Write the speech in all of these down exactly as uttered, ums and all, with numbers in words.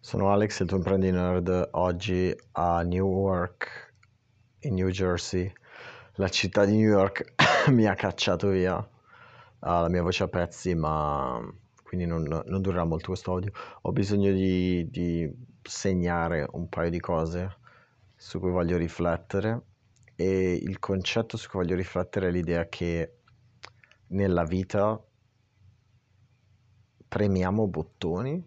Sono Alex, il tuo imprendi nerd, oggi a Newark, in New Jersey. La città di New York mi ha cacciato via, ha la mia voce a pezzi, ma quindi non, non durerà molto questo audio. Ho bisogno di, di segnare un paio di cose su cui voglio riflettere, e il concetto su cui voglio riflettere è l'idea che nella vita premiamo bottoni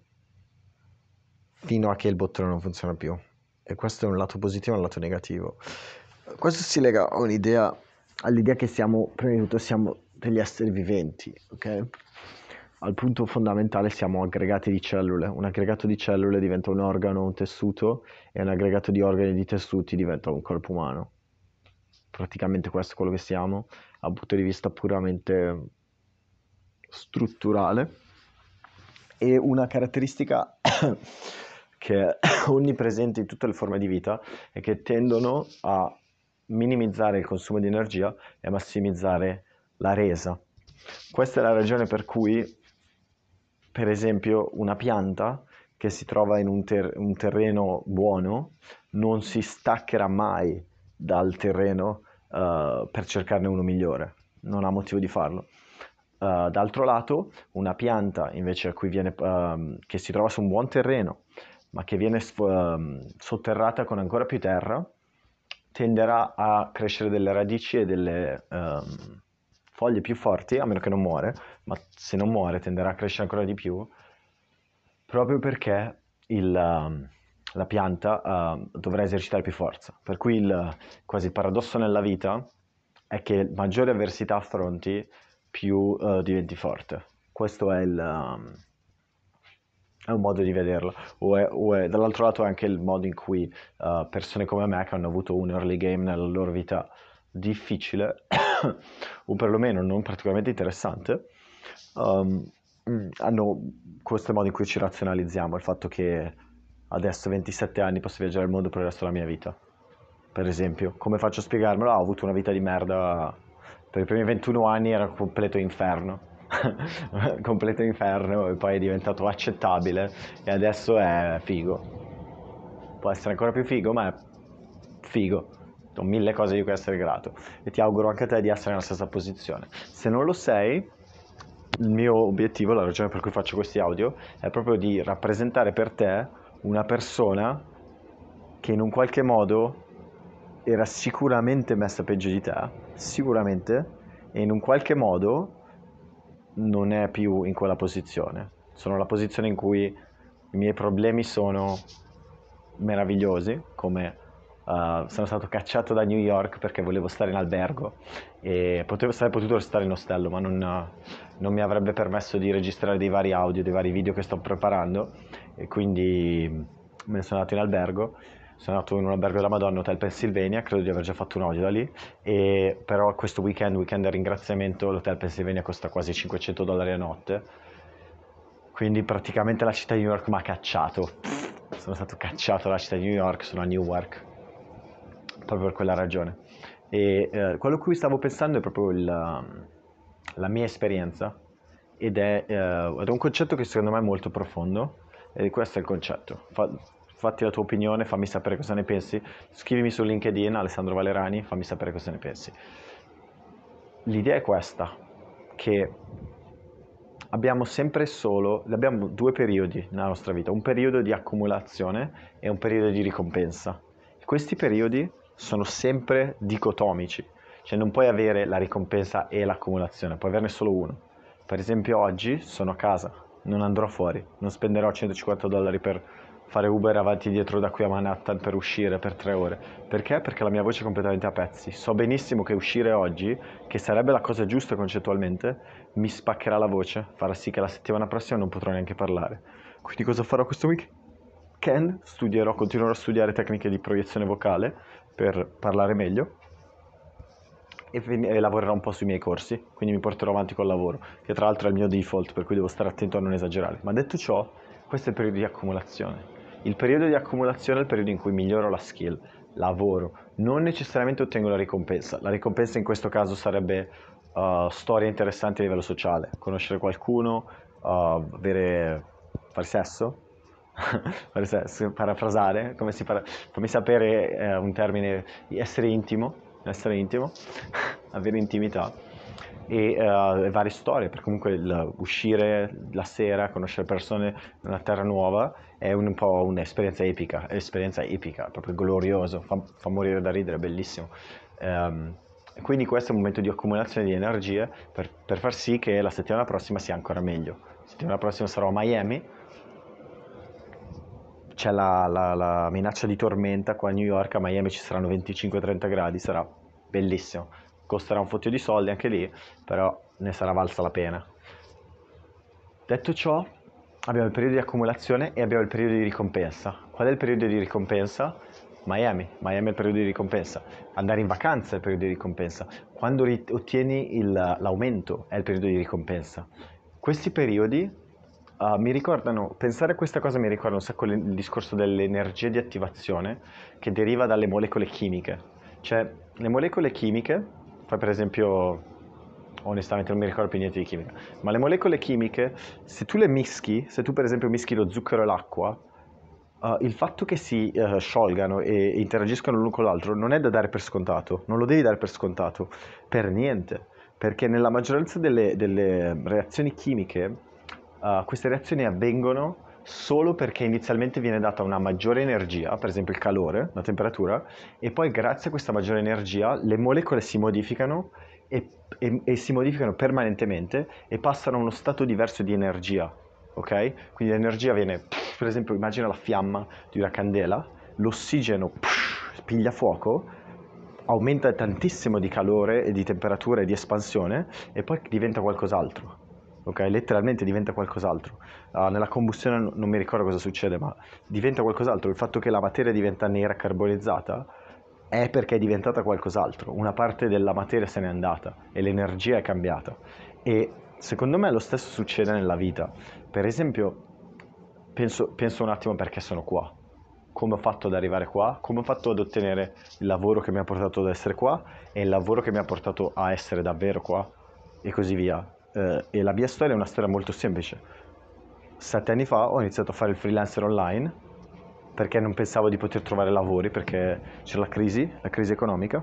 fino a che il bottone non funziona più. E questo è un lato positivo e un lato negativo. Questo si lega a un'idea, all'idea che siamo, prima di tutto, siamo degli esseri viventi, ok? Al punto fondamentale siamo aggregati di cellule. Un aggregato di cellule diventa un organo, un tessuto, e un aggregato di organi e di tessuti diventa un corpo umano. Praticamente questo è quello che siamo, dal punto di vista puramente strutturale. E una caratteristica che è onnipresente in tutte le forme di vita è che tendono a minimizzare il consumo di energia e a massimizzare la resa. Questa è la ragione per cui, per esempio, una pianta che si trova in un, ter- un terreno buono non si staccherà mai dal terreno uh, per cercarne uno migliore, non ha motivo di farlo. Uh, d'altro lato, una pianta invece a cui viene, uh, che si trova su un buon terreno, ma che viene uh, sotterrata con ancora più terra, tenderà a crescere delle radici e delle um, foglie più forti, a meno che non muore, ma se non muore tenderà a crescere ancora di più, proprio perché il, uh, la pianta uh, dovrà esercitare più forza. Per cui il, quasi il paradosso nella vita è che maggiore avversità affronti, più uh, diventi forte. Questo è il um, è un modo di vederlo. O è, o è, dall'altro lato è anche il modo in cui uh, persone come me, che hanno avuto un early game nella loro vita difficile o perlomeno non particolarmente interessante, um, hanno questo modo in cui ci razionalizziamo, il fatto che adesso a ventisette anni posso viaggiare il mondo per il resto della mia vita. Per esempio, come faccio a spiegarmelo? Ah, ho avuto una vita di merda. Per i primi ventuno anni era un completo inferno. Completo inferno, e poi è diventato accettabile e adesso è figo. Può essere ancora più figo, ma è figo. Ho mille cose di cui essere grato e ti auguro anche a te di essere nella stessa posizione. Se non lo sei, il mio obiettivo, la ragione per cui faccio questi audio, è proprio di rappresentare per te una persona che in un qualche modo era sicuramente messa peggio di te, sicuramente, e in un qualche modo non è più in quella posizione. Sono la posizione in cui i miei problemi sono meravigliosi, come uh, sono stato cacciato da New York perché volevo stare in albergo e potevo stare potuto restare in ostello, ma non, non mi avrebbe permesso di registrare dei vari audio, dei vari video che sto preparando, e quindi me ne sono andato in albergo. Sono andato in un albergo della Madonna, Hotel Pennsylvania, credo di aver già fatto un audio da lì, e però questo weekend, weekend a ringraziamento, l'Hotel Pennsylvania costa quasi cinquecento dollari a notte, quindi praticamente la città di New York mi ha cacciato. Sono stato cacciato dalla città di New York, sono a Newark, proprio per quella ragione. E eh, quello a cui stavo pensando è proprio il, la mia esperienza, ed è, eh, ed è un concetto che secondo me è molto profondo, e questo è il concetto. Fa, fatti la tua opinione, fammi sapere cosa ne pensi, scrivimi su LinkedIn, Alessandro Valerani, fammi sapere cosa ne pensi. L'idea è questa, che abbiamo sempre solo, abbiamo due periodi nella nostra vita, un periodo di accumulazione e un periodo di ricompensa. Questi periodi sono sempre dicotomici, cioè non puoi avere la ricompensa e l'accumulazione, puoi averne solo uno. Per esempio oggi sono a casa, non andrò fuori, non spenderò centocinquanta dollari per fare Uber avanti e dietro da qui a Manhattan per uscire per tre ore. Perché? Perché la mia voce è completamente a pezzi. So benissimo che uscire oggi, che sarebbe la cosa giusta concettualmente, mi spaccherà la voce, farà sì che la settimana prossima non potrò neanche parlare. Quindi cosa farò questo weekend? Studierò, continuerò a studiare tecniche di proiezione vocale per parlare meglio, e, e lavorerò un po' sui miei corsi, quindi mi porterò avanti col lavoro, che tra l'altro è il mio default, per cui devo stare attento a non esagerare. Ma detto ciò, questo è il periodo di accumulazione. Il periodo di accumulazione è il periodo in cui miglioro la skill, lavoro, non necessariamente ottengo la ricompensa. La ricompensa in questo caso sarebbe uh, storie interessanti a livello sociale, conoscere qualcuno, uh, avere, fare sesso, parafrasare, come si para- fammi sapere eh, un termine, essere intimo, essere intimo, avere intimità e eh, varie storie, perché comunque il- uscire la sera, conoscere persone in una terra nuova è un, po' un'esperienza epica, è esperienza epica, proprio glorioso, fa, fa morire da ridere, è bellissimo. Ehm, e quindi questo è un momento di accumulazione di energie per, per far sì che la settimana prossima sia ancora meglio. La settimana prossima sarò a Miami, c'è la, la- la minaccia di tormenta qua a New York, a Miami ci saranno venticinque trenta gradi, sarà bellissimo. Costerà un fottio di soldi anche lì, però ne sarà valsa la pena. Detto ciò, abbiamo il periodo di accumulazione e abbiamo il periodo di ricompensa. Qual è il periodo di ricompensa? Miami, Miami è il periodo di ricompensa. Andare in vacanza è il periodo di ricompensa. Quando ri- ottieni il- l'aumento è il periodo di ricompensa. Questi periodi uh, mi ricordano, pensare a questa cosa mi ricorda un sacco il discorso dell'energia di attivazione che deriva dalle molecole chimiche. Cioè, le molecole chimiche, fai per esempio, onestamente non mi ricordo più niente di chimica, ma le molecole chimiche, se tu le mischi, se tu per esempio mischi lo zucchero e l'acqua, uh, il fatto che si uh, sciolgano e interagiscano l'uno con l'altro non è da dare per scontato, non lo devi dare per scontato, per niente, perché nella maggioranza delle, delle reazioni chimiche, uh, queste reazioni avvengono solo perché inizialmente viene data una maggiore energia, per esempio il calore, la temperatura, e poi grazie a questa maggiore energia le molecole si modificano e, e- e si modificano permanentemente e passano a uno stato diverso di energia, ok? Quindi l'energia viene, per esempio, immagina la fiamma di una candela, l'ossigeno piglia fuoco, aumenta tantissimo di calore e di temperatura e di espansione e poi diventa qualcos'altro. Ok, letteralmente diventa qualcos'altro. Uh, nella combustione non, non mi ricordo cosa succede, ma diventa qualcos'altro. Il fatto che la materia diventa nera carbonizzata è perché è diventata qualcos'altro. Una parte della materia se n'è andata e l'energia è cambiata. E secondo me lo stesso succede nella vita. Per esempio, penso, penso un attimo perché sono qua. Come ho fatto ad arrivare qua? Come ho fatto ad ottenere il lavoro che mi ha portato ad essere qua e il lavoro che mi ha portato a essere davvero qua? E così via. Eh, e la mia storia è una storia molto semplice. Sette anni fa ho iniziato a fare il freelancer online perché non pensavo di poter trovare lavori perché c'è la crisi, la crisi economica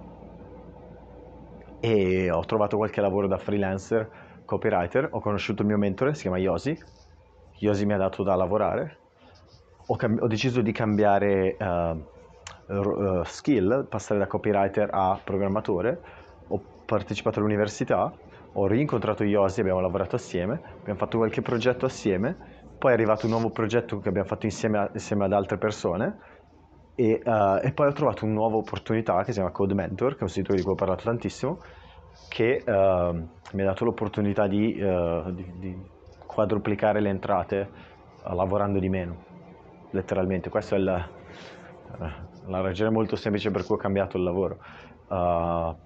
e ho trovato qualche lavoro da freelancer, copywriter, ho conosciuto il mio mentore, si chiama Yosi, Yosi mi ha dato da lavorare, ho, cam- ho deciso di cambiare uh, uh, skill, passare da copywriter a programmatore, ho partecipato all'università, ho rincontrato Yosi, abbiamo lavorato assieme, abbiamo fatto qualche progetto assieme, poi è arrivato un nuovo progetto che abbiamo fatto insieme, a, insieme ad altre persone e, uh, e poi ho trovato una nuova opportunità che si chiama Code Mentor, che è un sito di cui ho parlato tantissimo, che uh, mi ha dato l'opportunità di, uh, di, di quadruplicare le entrate uh, lavorando di meno, letteralmente. Questa è la, uh, la ragione molto semplice per cui ho cambiato il lavoro. Uh,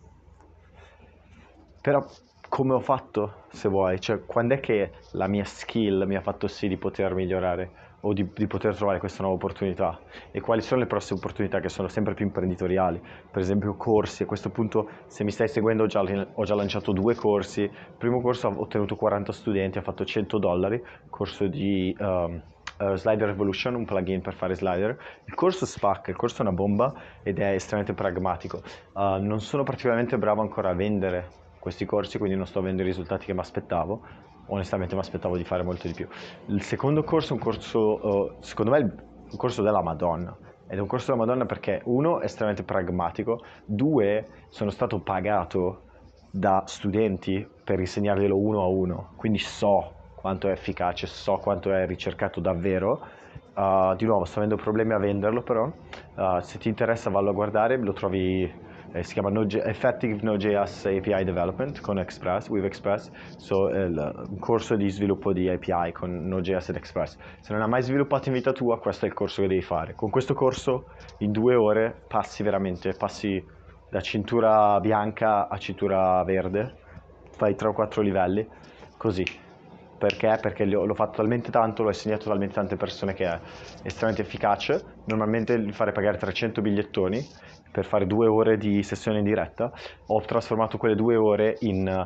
però come ho fatto, se vuoi, cioè quando è che la mia skill mi ha fatto sì di poter migliorare o di, di poter trovare questa nuova opportunità e quali sono le prossime opportunità che sono sempre più imprenditoriali, per esempio corsi. A questo punto, se mi stai seguendo, ho già, ho già lanciato due corsi. Il primo corso ha ottenuto quaranta studenti, ha fatto cento dollari, corso di um, uh, Slider Revolution, un plugin per fare slider. Il corso spacca, il corso è una bomba ed è estremamente pragmatico. Uh, non sono particolarmente bravo ancora a vendere questi corsi, quindi non sto avendo i risultati che mi aspettavo. Onestamente mi aspettavo di fare molto di più. Il secondo corso è un corso, uh, secondo me, è un corso della Madonna. Ed è un corso della Madonna perché, uno, è estremamente pragmatico, due, sono stato pagato da studenti per insegnarglielo uno a uno, quindi so quanto è efficace, so quanto è ricercato davvero. Uh, di nuovo, sto avendo problemi a venderlo, però uh, se ti interessa vallo a guardare, lo trovi. Eh, si chiama Node, Effective Node.js A P I Development con Express, with Express, so, eh, un corso di sviluppo di A P I con Node.js ed Express. Se non hai mai sviluppato in vita tua, questo è il corso che devi fare. Con questo corso, in due ore, passi veramente, passi da cintura bianca a cintura verde, fai tre o quattro livelli, così. Perché? Perché l'ho fatto talmente tanto, l'ho insegnato talmente tante persone che è estremamente efficace. Normalmente gli farei pagare trecento bigliettoni per fare due ore di sessione in diretta. Ho trasformato quelle due ore in uh,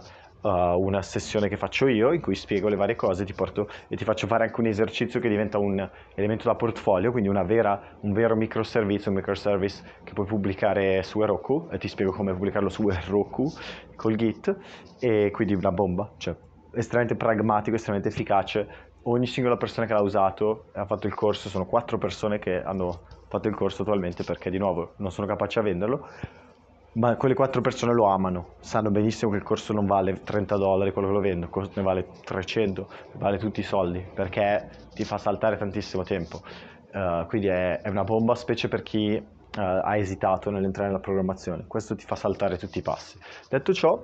uh, una sessione che faccio io in cui spiego le varie cose, ti porto e ti faccio fare anche un esercizio che diventa un elemento da portfolio, quindi una vera, un vero microservizio, un microservice che puoi pubblicare su Heroku, e ti spiego come pubblicarlo su Heroku col Git, e quindi una bomba, cioè estremamente pragmatico, estremamente efficace. Ogni singola persona che l'ha usato e ha fatto il corso, sono quattro persone che hanno fatto il corso attualmente, perché di nuovo non sono capace a venderlo, ma quelle quattro persone lo amano, sanno benissimo che il corso non vale trenta dollari quello che lo vendo, ne vale trecento, vale tutti i soldi, perché ti fa saltare tantissimo tempo. Uh, quindi è, è una bomba, specie per chi uh, ha esitato nell'entrare nella programmazione. Questo ti fa saltare tutti i passi. Detto ciò,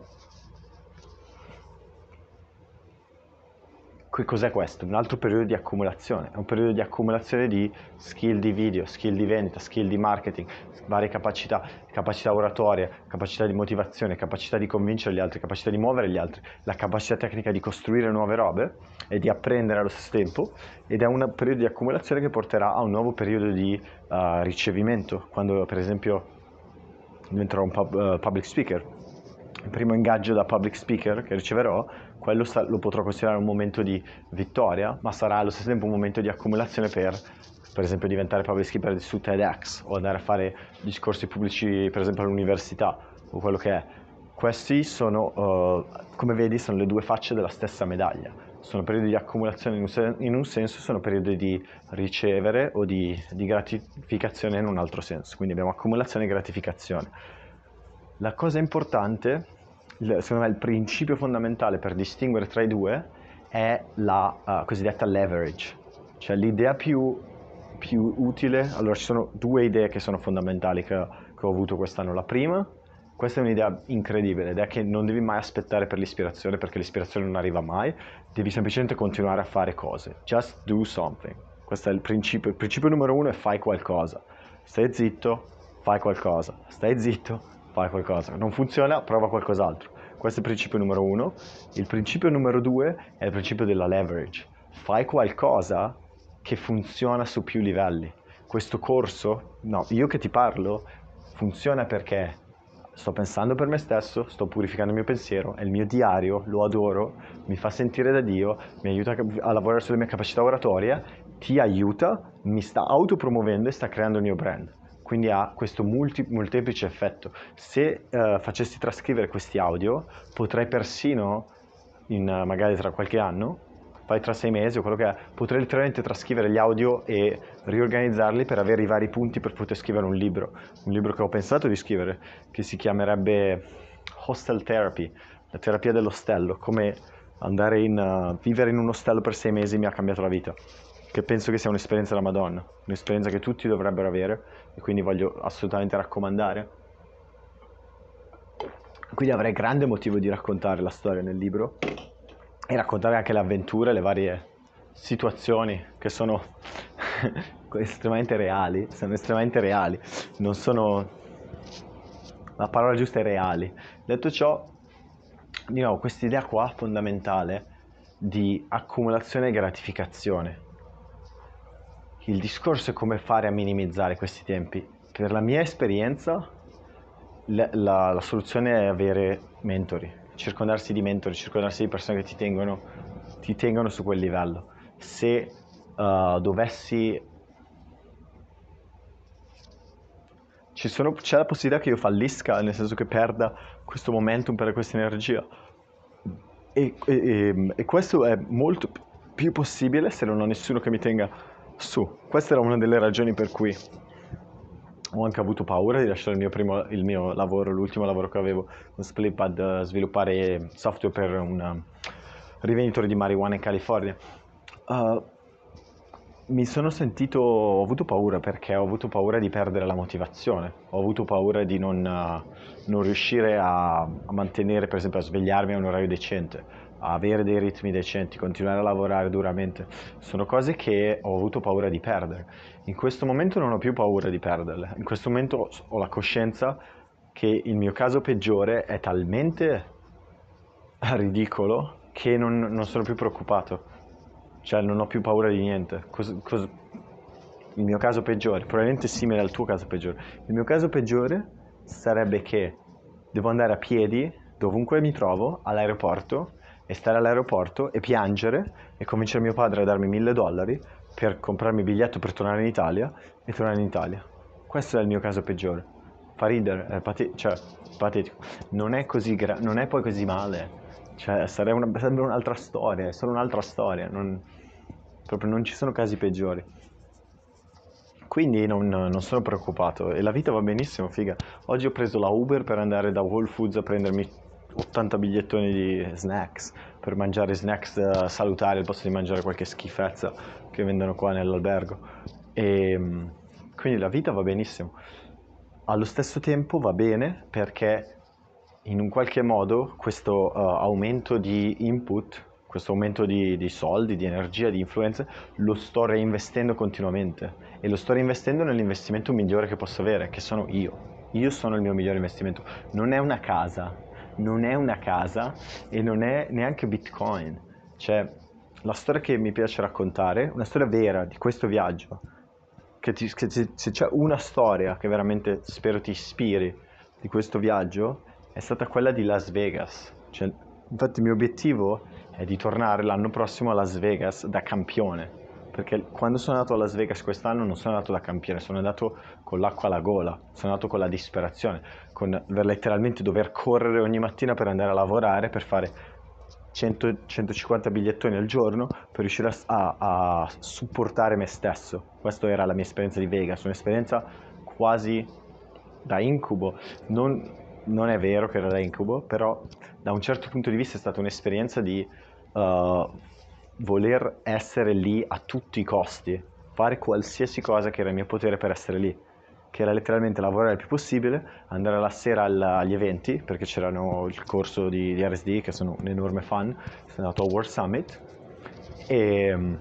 cos'è questo? Un altro periodo di accumulazione, è un periodo di accumulazione di skill di video, skill di vendita, skill di marketing, varie capacità, capacità oratoria, capacità di motivazione, capacità di convincere gli altri, capacità di muovere gli altri, la capacità tecnica di costruire nuove robe e di apprendere allo stesso tempo, ed è un periodo di accumulazione che porterà a un nuovo periodo di uh, ricevimento, quando per esempio diventerò un pub, uh, public speaker. Il primo ingaggio da public speaker che riceverò, quello sta, lo potrò considerare un momento di vittoria, ma sarà allo stesso tempo un momento di accumulazione per, per esempio, diventare public speaker su TEDx o andare a fare discorsi pubblici, per esempio, all'università o quello che è. Questi sono, uh, come vedi, sono le due facce della stessa medaglia. Sono periodi di accumulazione in un, sen- in un senso, sono periodi di ricevere o di, di gratificazione in un altro senso. Quindi abbiamo accumulazione e gratificazione. La cosa importante, secondo me il principio fondamentale per distinguere tra i due è la uh, cosiddetta leverage, cioè l'idea più, più utile. Allora ci sono due idee che sono fondamentali che, che ho avuto quest'anno. La prima, questa è un'idea incredibile, ed è che non devi mai aspettare per l'ispirazione, perché l'ispirazione non arriva mai, devi semplicemente continuare a fare cose, just do something. Questo è il principio. Il principio numero uno è: fai qualcosa. Stai zitto, fai qualcosa. Stai zitto, fai qualcosa. Non funziona, prova qualcos'altro. Questo è il principio numero uno. Il principio numero due è il principio della leverage. Fai qualcosa che funziona su più livelli. Questo corso, no, io che ti parlo, funziona perché sto pensando per me stesso, sto purificando il mio pensiero, è il mio diario, lo adoro, mi fa sentire da Dio, mi aiuta a lavorare sulle mie capacità oratorie, ti aiuta, mi sta autopromuovendo e sta creando il mio brand. Quindi ha questo multi, molteplice effetto. Se uh, facessi trascrivere questi audio, potrei persino, in, uh, magari tra qualche anno, fai tra sei mesi o quello che è, potrei letteralmente trascrivere gli audio e riorganizzarli per avere i vari punti per poter scrivere un libro. Un libro che ho pensato di scrivere, che si chiamerebbe Hostel Therapy, la terapia dell'ostello, come andare in, uh, vivere in un ostello per sei mesi mi ha cambiato la vita, che penso che sia un'esperienza della Madonna, un'esperienza che tutti dovrebbero avere, e quindi voglio assolutamente raccomandare. Quindi avrei grande motivo di raccontare la storia nel libro e raccontare anche le avventure, le varie situazioni che sono estremamente reali, sono estremamente reali, non sono, la parola giusta è reali. Detto ciò, di nuovo, quest'idea qua fondamentale di accumulazione e gratificazione. Il discorso è come fare a minimizzare questi tempi. Per la mia esperienza, la, la, la soluzione è avere mentori, circondarsi di mentori, circondarsi di persone che ti tengono, ti tengono su quel livello. Se uh, dovessi... Ci sono, c'è la possibilità che io fallisca, nel senso che perda questo momentum, per questa energia. E, e, e questo è molto più possibile se non ho nessuno che mi tenga su. Questa era una delle ragioni per cui ho anche avuto paura di lasciare il mio primo il mio lavoro, l'ultimo lavoro che avevo con Splitpad, a sviluppare software per un rivenditore di marijuana in California. Uh, mi sono sentito, ho avuto paura perché ho avuto paura di perdere la motivazione, ho avuto paura di non, uh, non riuscire a, a mantenere, per esempio, a svegliarmi a un orario decente, a avere dei ritmi decenti, continuare a lavorare duramente. Sono cose che ho avuto paura di perdere. In questo momento non ho più paura di perderle, in questo momento ho la coscienza che il mio caso peggiore è talmente ridicolo che non, non sono più preoccupato. Cioè non ho più paura di niente. Cos, cos, il mio caso peggiore, probabilmente simile al tuo caso peggiore, il mio caso peggiore sarebbe che devo andare a piedi dovunque mi trovo, all'aeroporto, e stare all'aeroporto e piangere e convincere mio padre a darmi mille dollari per comprarmi il biglietto per tornare in Italia e tornare in Italia. Questo è il mio caso peggiore. Fa ridere, è pati- cioè, patetico. Non è così gra- non è poi così male. Cioè, sarebbe, una, sarebbe un'altra storia, è solo un'altra storia. Non, proprio non ci sono casi peggiori. Quindi non, non sono preoccupato e la vita va benissimo, figa. Oggi ho preso la Uber per andare da Whole Foods a prendermi ottanta bigliettoni di snacks, per mangiare snacks eh, salutari al posto di mangiare qualche schifezza che vendono qua nell'albergo. E mm, quindi la vita va benissimo. Allo stesso tempo va bene perché in un qualche modo questo uh, aumento di input, questo aumento di, di soldi, di energia, di influenze, lo sto reinvestendo continuamente e lo sto reinvestendo nell'investimento migliore che posso avere, che sono io. Io sono il mio migliore investimento. Non è una casa, non è una casa e non è neanche Bitcoin. Cioè, la storia che mi piace raccontare, una storia vera di questo viaggio, che, ti, che ti, se c'è una storia che veramente spero ti ispiri di questo viaggio, è stata quella di Las Vegas. Cioè, infatti il mio obiettivo è di tornare l'anno prossimo a Las Vegas da campione, perché quando sono andato a Las Vegas quest'anno non sono andato da campione, sono andato con l'acqua alla gola, sono andato con la disperazione, con letteralmente dover correre ogni mattina per andare a lavorare, per fare cento centocinquanta bigliettoni al giorno per riuscire a, a, a supportare me stesso. Questa era la mia esperienza di Vegas, un'esperienza quasi da incubo. Non, non è vero che era da incubo, però da un certo punto di vista è stata un'esperienza di uh, voler essere lì a tutti i costi, fare qualsiasi cosa che era in mio potere per essere lì, che era letteralmente lavorare il più possibile, andare la sera al, agli eventi, perché c'erano il corso di, di R S D, che sono un enorme fan, sono andato al World Summit, e,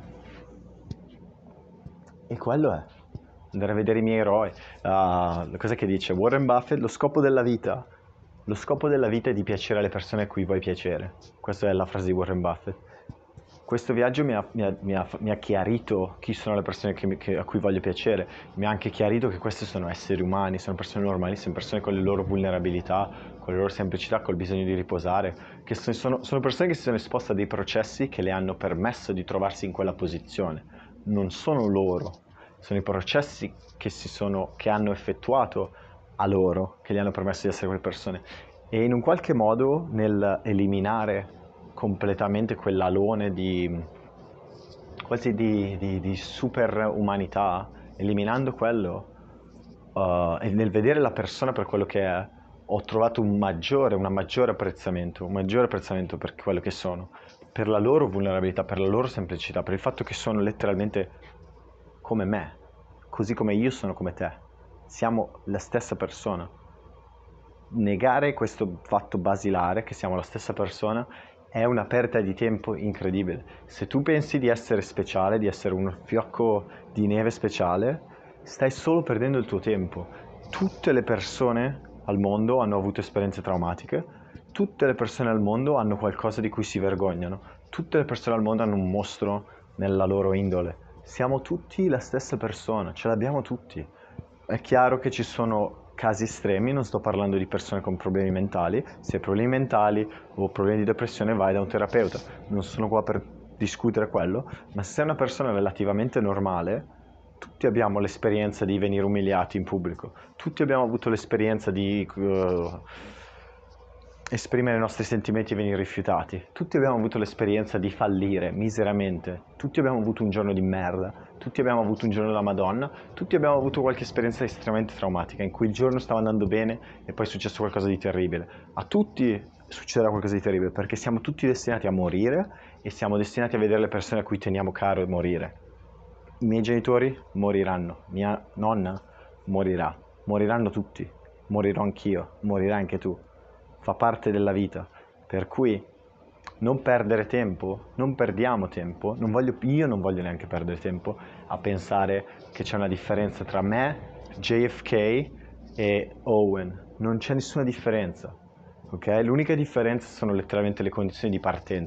e quello è, andare a vedere i miei eroi. Uh, cosa che dice Warren Buffett? Lo scopo della vita, lo scopo della vita è di piacere alle persone a cui vuoi piacere. Questa è la frase di Warren Buffett. Questo viaggio mi ha, mi, ha, mi, ha, mi ha chiarito chi sono le persone che, che, a cui voglio piacere, mi ha anche chiarito che questi sono esseri umani, sono persone normali, sono persone con le loro vulnerabilità, con le loro semplicità, col bisogno di riposare, che sono, sono persone che si sono esposte a dei processi che le hanno permesso di trovarsi in quella posizione. Non sono loro, sono i processi che, si sono, che hanno effettuato a loro, che gli hanno permesso di essere quelle persone. E in un qualche modo nel eliminare completamente quell'alone di quasi di, di, di super umanità, eliminando quello uh, e nel vedere la persona per quello che è, ho trovato un maggiore, un maggiore apprezzamento, un maggiore apprezzamento per quello che sono, per la loro vulnerabilità, per la loro semplicità, per il fatto che sono letteralmente come me, così come io sono come te, siamo la stessa persona. Negare questo fatto basilare, che siamo la stessa persona, è una perdita di tempo incredibile. Se tu pensi di essere speciale, di essere un fiocco di neve speciale, stai solo perdendo il tuo tempo. Tutte le persone al mondo hanno avuto esperienze traumatiche, tutte le persone al mondo hanno qualcosa di cui si vergognano, tutte le persone al mondo hanno un mostro nella loro indole. Siamo tutti la stessa persona, ce l'abbiamo tutti. È chiaro che ci sono casi estremi, non sto parlando di persone con problemi mentali. Se hai problemi mentali o problemi di depressione vai da un terapeuta, non sono qua per discutere quello, ma se sei una persona relativamente normale, tutti abbiamo l'esperienza di venire umiliati in pubblico, tutti abbiamo avuto l'esperienza di uh, esprimere i nostri sentimenti e venire rifiutati, tutti abbiamo avuto l'esperienza di fallire miseramente, tutti abbiamo avuto un giorno di merda, tutti abbiamo avuto un giorno della Madonna, tutti abbiamo avuto qualche esperienza estremamente traumatica in cui il giorno stava andando bene e poi è successo qualcosa di terribile. A tutti succederà qualcosa di terribile perché siamo tutti destinati a morire e siamo destinati a vedere le persone a cui teniamo caro morire. I miei genitori moriranno, mia nonna morirà, moriranno tutti, morirò anch'io, morirai anche tu. Fa parte della vita, per cui non perdere tempo, non perdiamo tempo, non voglio, io non voglio neanche perdere tempo a pensare che c'è una differenza tra me, J F K e Owen, non c'è nessuna differenza, ok? L'unica differenza sono letteralmente le condizioni di partenza,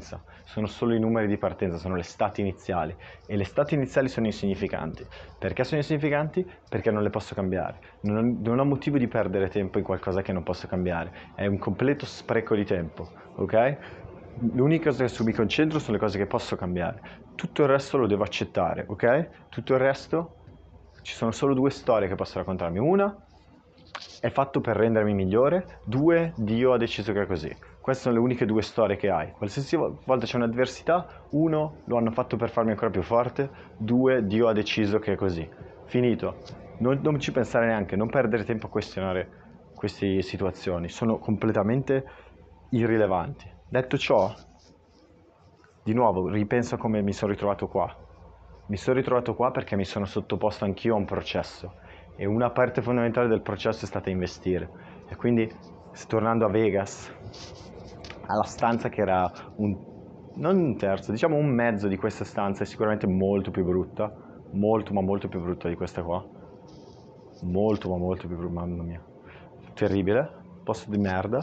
sono solo i numeri di partenza, sono le stati iniziali, e le stati iniziali sono insignificanti. Perché sono insignificanti? Perché non le posso cambiare, non ho, non ho motivo di perdere tempo in qualcosa che non posso cambiare, è un completo spreco di tempo, ok? L'unica cosa su cui mi concentro sono le cose che posso cambiare, tutto il resto lo devo accettare, ok? Tutto il resto, ci sono solo due storie che posso raccontarmi, una è fatto per rendermi migliore, due, Dio ha deciso che è così. Queste sono le uniche due storie che hai. Qualsiasi volta c'è un'avversità, uno, lo hanno fatto per farmi ancora più forte, due, Dio ha deciso che è così. Finito. Non, non ci pensare neanche, non perdere tempo a questionare queste situazioni, sono completamente irrilevanti. Detto ciò, di nuovo, ripenso a come mi sono ritrovato qua. Mi sono ritrovato qua perché mi sono sottoposto anch'io a un processo, e una parte fondamentale del processo è stata investire. E quindi, tornando a Vegas, alla stanza che era un, non un terzo, diciamo un mezzo di questa stanza, è sicuramente molto più brutta, molto ma molto più brutta di questa qua, molto ma molto più brutta, mamma mia, terribile, posto di merda,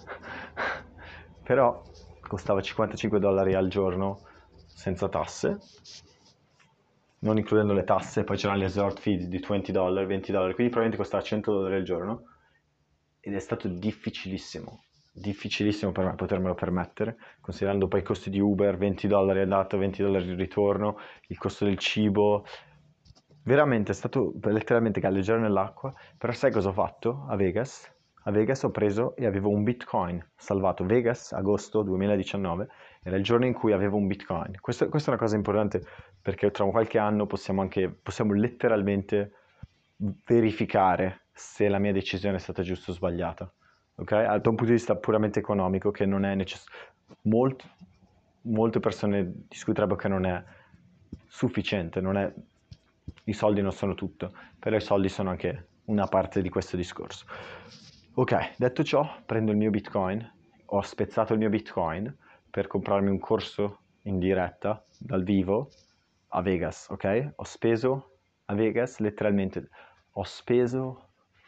però costava cinquantacinque dollari al giorno senza tasse, non includendo le tasse, poi c'erano le resort fee di venti dollari, venti dollari, quindi probabilmente costava cento dollari al giorno, ed è stato difficilissimo, difficilissimo per me potermelo permettere, considerando poi i costi di Uber, venti dollari andata, venti dollari di ritorno, il costo del cibo, veramente è stato letteralmente galleggiare nell'acqua. Però sai cosa ho fatto a Vegas? A Vegas ho preso e avevo un Bitcoin salvato. Vegas, agosto duemiladiciannove, era il giorno in cui avevo un Bitcoin. Questo, questa è una cosa importante, perché tra qualche anno possiamo anche, possiamo letteralmente verificare se la mia decisione è stata giusta o sbagliata. Ok? Da un punto di vista puramente economico, che non è necessario. Molt, molte persone discuterebbero che non è sufficiente, non è, i soldi non sono tutto, però i soldi sono anche una parte di questo discorso. Ok, detto ciò, prendo il mio Bitcoin, ho spezzato il mio Bitcoin per comprarmi un corso in diretta dal vivo a Vegas, ok? Ho speso a Vegas letteralmente, ho speso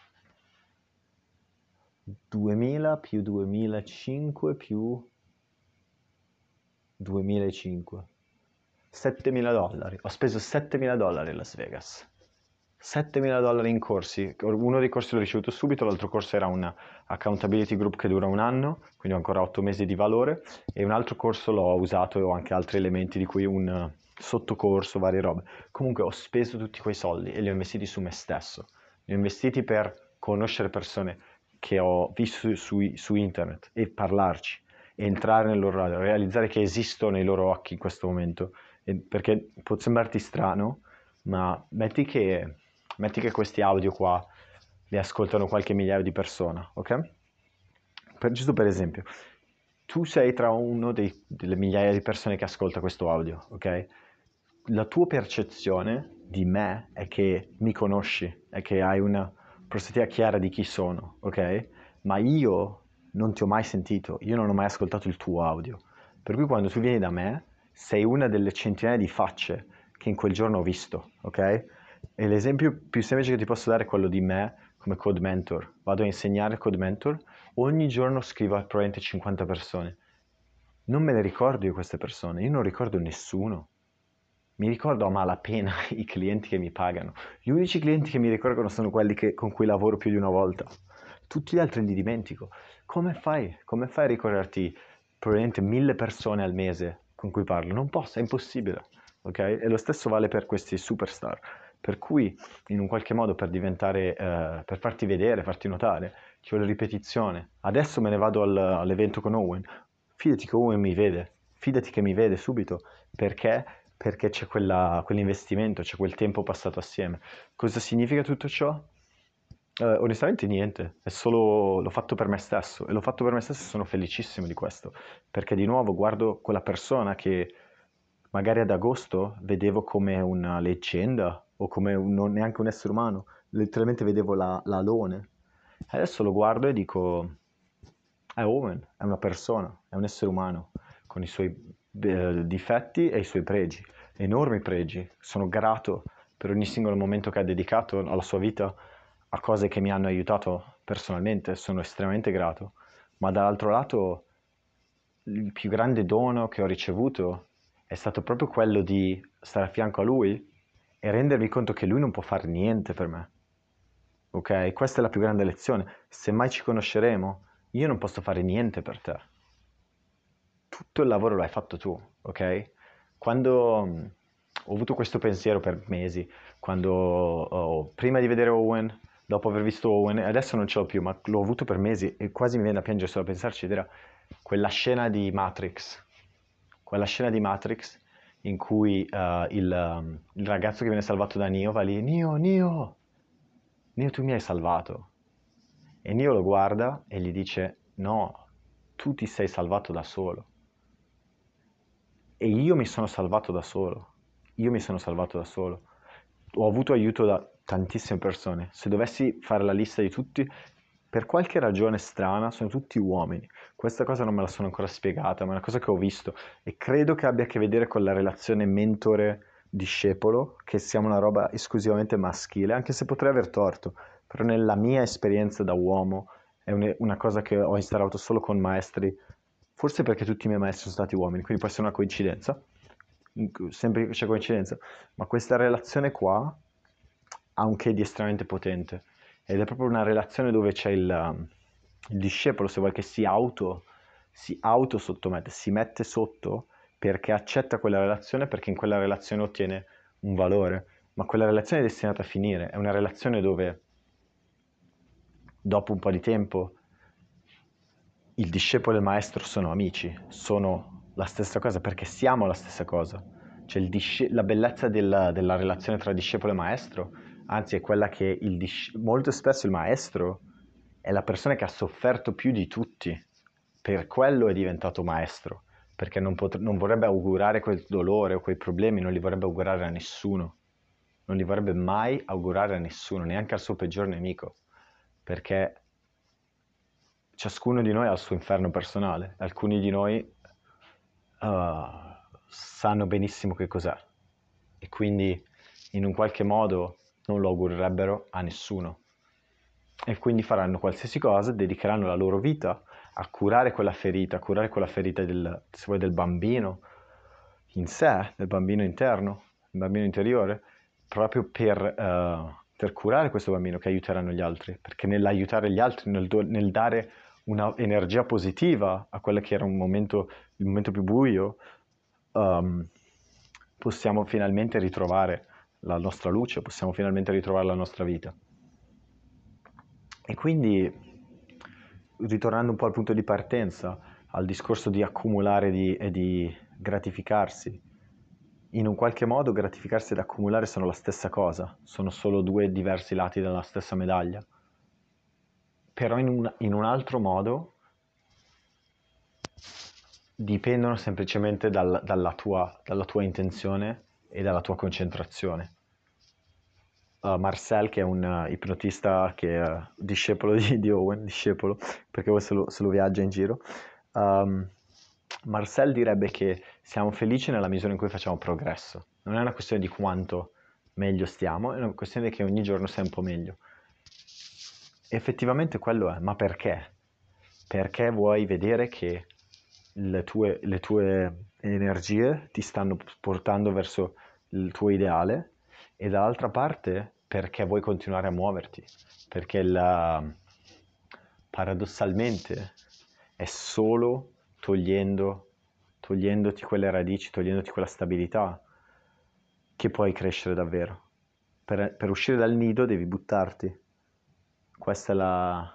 duemila più duemilacinque più duemilacinque, settemila dollari, ho speso settemila dollari a Las Vegas, settemila dollari in corsi. Uno dei corsi l'ho ricevuto subito, l'altro corso era un accountability group che dura un anno, quindi ho ancora otto mesi di valore, e un altro corso l'ho usato e ho anche altri elementi, di cui un sottocorso, varie robe. Comunque ho speso tutti quei soldi e li ho investiti su me stesso, li ho investiti per conoscere persone che ho visto su, su internet e parlarci, e entrare nel loro radio, realizzare che esisto nei loro occhi in questo momento, e perché può sembrarti strano, ma metti che, metti che questi audio qua li ascoltano qualche migliaio di persone, ok? Per, giusto per esempio, tu sei tra uno dei, delle migliaia di persone che ascolta questo audio, ok? La tua percezione di me è che mi conosci, è che hai una prospettiva chiara di chi sono, ok? Ma io non ti ho mai sentito, io non ho mai ascoltato il tuo audio. Per cui quando tu vieni da me, sei una delle centinaia di facce che in quel giorno ho visto, ok? E l'esempio più semplice che ti posso dare è quello di me come code mentor. Vado a insegnare code mentor, ogni giorno scrivo a probabilmente cinquanta persone. Non me le ricordo io queste persone, io non ricordo nessuno. Mi ricordo a malapena i clienti che mi pagano. Gli unici clienti che mi ricordano sono quelli che, con cui lavoro più di una volta. Tutti gli altri li dimentico. Come fai? Come fai a ricordarti probabilmente mille persone al mese con cui parlo? Non posso, è impossibile. Ok? E lo stesso vale per questi superstar. Per cui, in un qualche modo, per diventare, eh, per farti vedere, farti notare, ci vuole ripetizione. Adesso me ne vado al, all'evento con Owen. Fidati che Owen mi vede. Fidati che mi vede subito. Perché? Perché c'è quella, quell'investimento, c'è quel tempo passato assieme. Cosa significa tutto ciò? Eh, onestamente niente, è solo l'ho fatto per me stesso, e l'ho fatto per me stesso e sono felicissimo di questo, perché di nuovo guardo quella persona che magari ad agosto vedevo come una leggenda, o come un, non neanche un essere umano, letteralmente vedevo la, l'alone. Adesso lo guardo e dico, è Owen, è una persona, è un essere umano, con i suoi eh, difetti e i suoi pregi, enormi pregi. Sono grato per ogni singolo momento che ha dedicato alla sua vita a cose che mi hanno aiutato personalmente, sono estremamente grato, ma dall'altro lato il più grande dono che ho ricevuto è stato proprio quello di stare a fianco a lui e rendermi conto che lui non può fare niente per me. Ok? Questa è la più grande lezione. Se mai ci conosceremo, io non posso fare niente per te. Tutto il lavoro l'hai fatto tu, ok? Quando mh, ho avuto questo pensiero per mesi, quando ho- prima di vedere Owen, dopo aver visto Owen, e adesso non ce l'ho più, ma l'ho avuto per mesi e quasi mi viene da piangere solo a pensarci, ed era quella scena di Matrix, quella scena di Matrix in cui eh, il, um, il ragazzo che viene salvato da Neo va lì, Neo, Neo, Neo, tu mi hai salvato. E Neo lo guarda e gli dice, no, tu ti sei salvato da solo. E io mi sono salvato da solo. Io mi sono salvato da solo. Ho avuto aiuto da tantissime persone. Se dovessi fare la lista di tutti, per qualche ragione strana, sono tutti uomini. Questa cosa non me la sono ancora spiegata, ma è una cosa che ho visto e credo che abbia a che vedere con la relazione mentore-discepolo, che sia una roba esclusivamente maschile, anche se potrei aver torto, però nella mia esperienza da uomo è un- una cosa che ho instaurato solo con maestri, forse perché tutti i miei maestri sono stati uomini, quindi può essere una coincidenza, semplice coincidenza, ma questa relazione qua ha un che di estremamente potente ed è proprio una relazione dove c'è il, il discepolo, se vuoi, che si auto, si auto sottomette, si mette sotto perché accetta quella relazione, perché in quella relazione ottiene un valore, ma quella relazione è destinata a finire, è una relazione dove dopo un po' di tempo il discepolo e il maestro sono amici, sono la stessa cosa perché siamo la stessa cosa. Cioè il disce- la bellezza della, della relazione tra discepolo e maestro, anzi è quella che il dis- molto spesso il maestro è la persona che ha sofferto più di tutti, per quello è diventato maestro, perché non, pot- non vorrebbe augurare quel dolore o quei problemi, non li vorrebbe augurare a nessuno, non li vorrebbe mai augurare a nessuno, neanche al suo peggior nemico, perché ciascuno di noi ha il suo inferno personale, alcuni di noi uh, sanno benissimo che cos'è e quindi in un qualche modo non lo augurerebbero a nessuno e quindi faranno qualsiasi cosa, dedicheranno la loro vita a curare quella ferita, a curare quella ferita del, se vuoi, del bambino in sé, del bambino interno, del bambino interiore, proprio per, uh, per curare questo bambino che aiuteranno gli altri, perché nell'aiutare gli altri, nel, do- nel dare una energia positiva a quello che era un momento, il momento più buio, um, possiamo finalmente ritrovare la nostra luce, possiamo finalmente ritrovare la nostra vita. E quindi, ritornando un po' al punto di partenza, al discorso di accumulare di- e di gratificarsi, in un qualche modo gratificarsi ed accumulare sono la stessa cosa, sono solo due diversi lati della stessa medaglia, però in un, in un altro modo dipendono semplicemente dal- dalla tua, dalla tua intenzione e dalla tua concentrazione. Uh, Marcel, che è un uh, ipnotista che è uh, discepolo di, di Owen, discepolo, perché poi se lo, se lo viaggia in giro, um, Marcel direbbe che siamo felici nella misura in cui facciamo progresso. Non è una questione di quanto meglio stiamo, è una questione che ogni giorno sei un po' meglio. E effettivamente quello è, ma perché? Perché vuoi vedere che le tue, le tue energie ti stanno portando verso il tuo ideale e dall'altra parte perché vuoi continuare a muoverti, perché la, paradossalmente è solo togliendo, togliendoti quelle radici, togliendoti quella stabilità che puoi crescere davvero. Per, per uscire dal nido devi buttarti. Questa è la,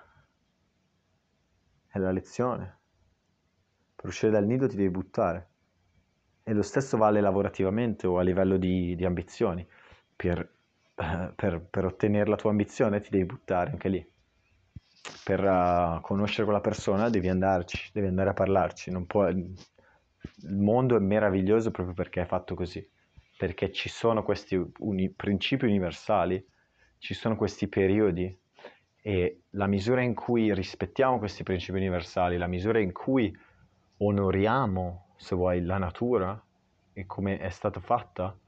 è la lezione. Per uscire dal nido ti devi buttare. E lo stesso vale lavorativamente o a livello di, di ambizioni. Per, eh, per, per ottenere la tua ambizione ti devi buttare anche lì. Per uh, conoscere quella persona devi andarci, devi andare a parlarci. Non può, il mondo è meraviglioso proprio perché è fatto così. Perché ci sono questi uni, principi universali, ci sono questi periodi e la misura in cui rispettiamo questi principi universali, la misura in cui onoriamo, se vuoi, la natura e come è stata fatta,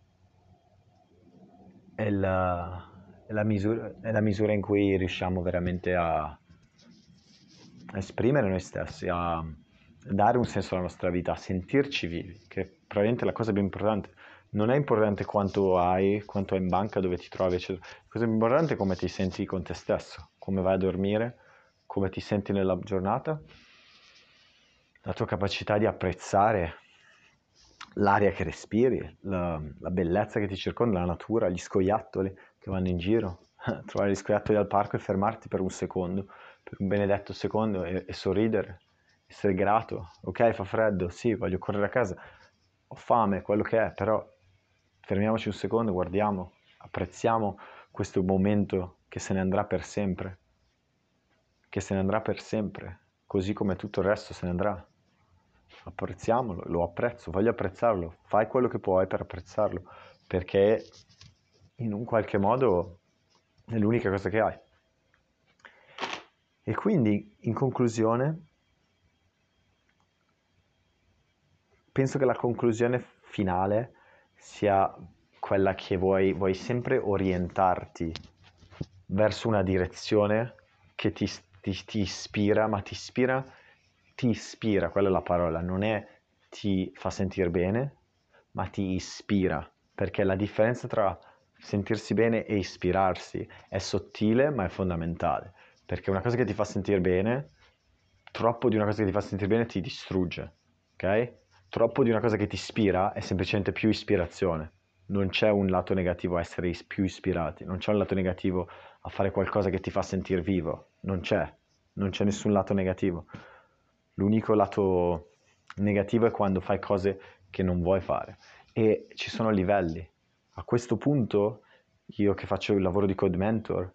è la, è la misura, è la misura in cui riusciamo veramente a, a esprimere noi stessi, a dare un senso alla nostra vita, sentirci vivi, che è probabilmente la cosa più importante. Non è importante quanto hai, quanto hai in banca, dove ti trovi, eccetera. La cosa più importante è come ti senti con te stesso, come vai a dormire, come ti senti nella giornata, la tua capacità di apprezzare l'aria che respiri, la, la bellezza che ti circonda, la natura, gli scoiattoli che vanno in giro, trovare gli scoiattoli al parco e fermarti per un secondo, per un benedetto secondo e, e sorridere, essere grato. Ok, fa freddo, sì, voglio correre a casa, ho fame, quello che è, però fermiamoci un secondo, guardiamo, apprezziamo questo momento che se ne andrà per sempre, che se ne andrà per sempre, così come tutto il resto se ne andrà. Apprezziamolo, lo apprezzo, voglio apprezzarlo, fai quello che puoi per apprezzarlo, perché in un qualche modo è l'unica cosa che hai. E quindi, in conclusione, penso che la conclusione finale sia quella che vuoi, vuoi sempre orientarti verso una direzione che ti, ti, ti ispira, ma ti ispira, ti ispira, quella è la parola, non è ti fa sentire bene, ma ti ispira, perché la differenza tra sentirsi bene e ispirarsi è sottile, ma è fondamentale, perché una cosa che ti fa sentire bene, troppo di una cosa che ti fa sentire bene ti distrugge, ok? Troppo di una cosa che ti ispira è semplicemente più ispirazione. Non c'è un lato negativo a essere is- più ispirati, non c'è un lato negativo a fare qualcosa che ti fa sentire vivo, non c'è, non c'è nessun lato negativo. L'unico lato negativo è quando fai cose che non vuoi fare e ci sono livelli. A questo punto, io che faccio il lavoro di code mentor,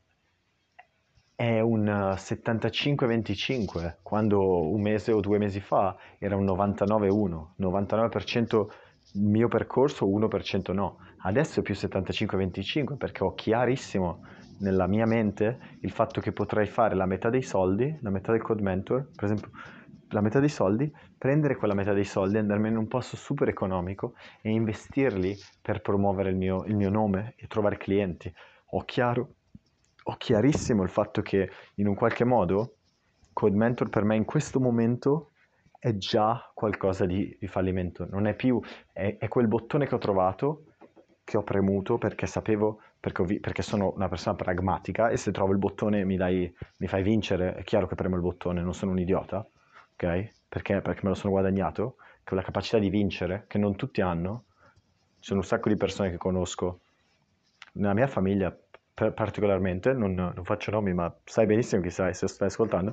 è un settantacinque venticinque, quando un mese o due mesi fa era un novantanove uno, novantanove per cento il mio percorso, uno per cento no. Adesso è più settantacinque venticinque perché ho chiarissimo nella mia mente il fatto che potrei fare la metà dei soldi, la metà del code mentor, per esempio la metà dei soldi, prendere quella metà dei soldi, andarmene in un posto super economico e investirli per promuovere il mio, il mio nome e trovare clienti. Ho chiaro ho chiarissimo il fatto che in un qualche modo Code Mentor per me in questo momento è già qualcosa di, di fallimento, non è più, è, è quel bottone che ho trovato, che ho premuto perché sapevo, perché, ho vi- perché sono una persona pragmatica e se trovo il bottone mi, dai, mi fai vincere, è chiaro che premo il bottone, non sono un idiota, ok? Perché? Perché me lo sono guadagnato, che ho la capacità di vincere, che non tutti hanno, ci sono un sacco di persone che conosco nella mia famiglia per- particolarmente, non, non faccio nomi, ma sai benissimo chi sai se stai ascoltando,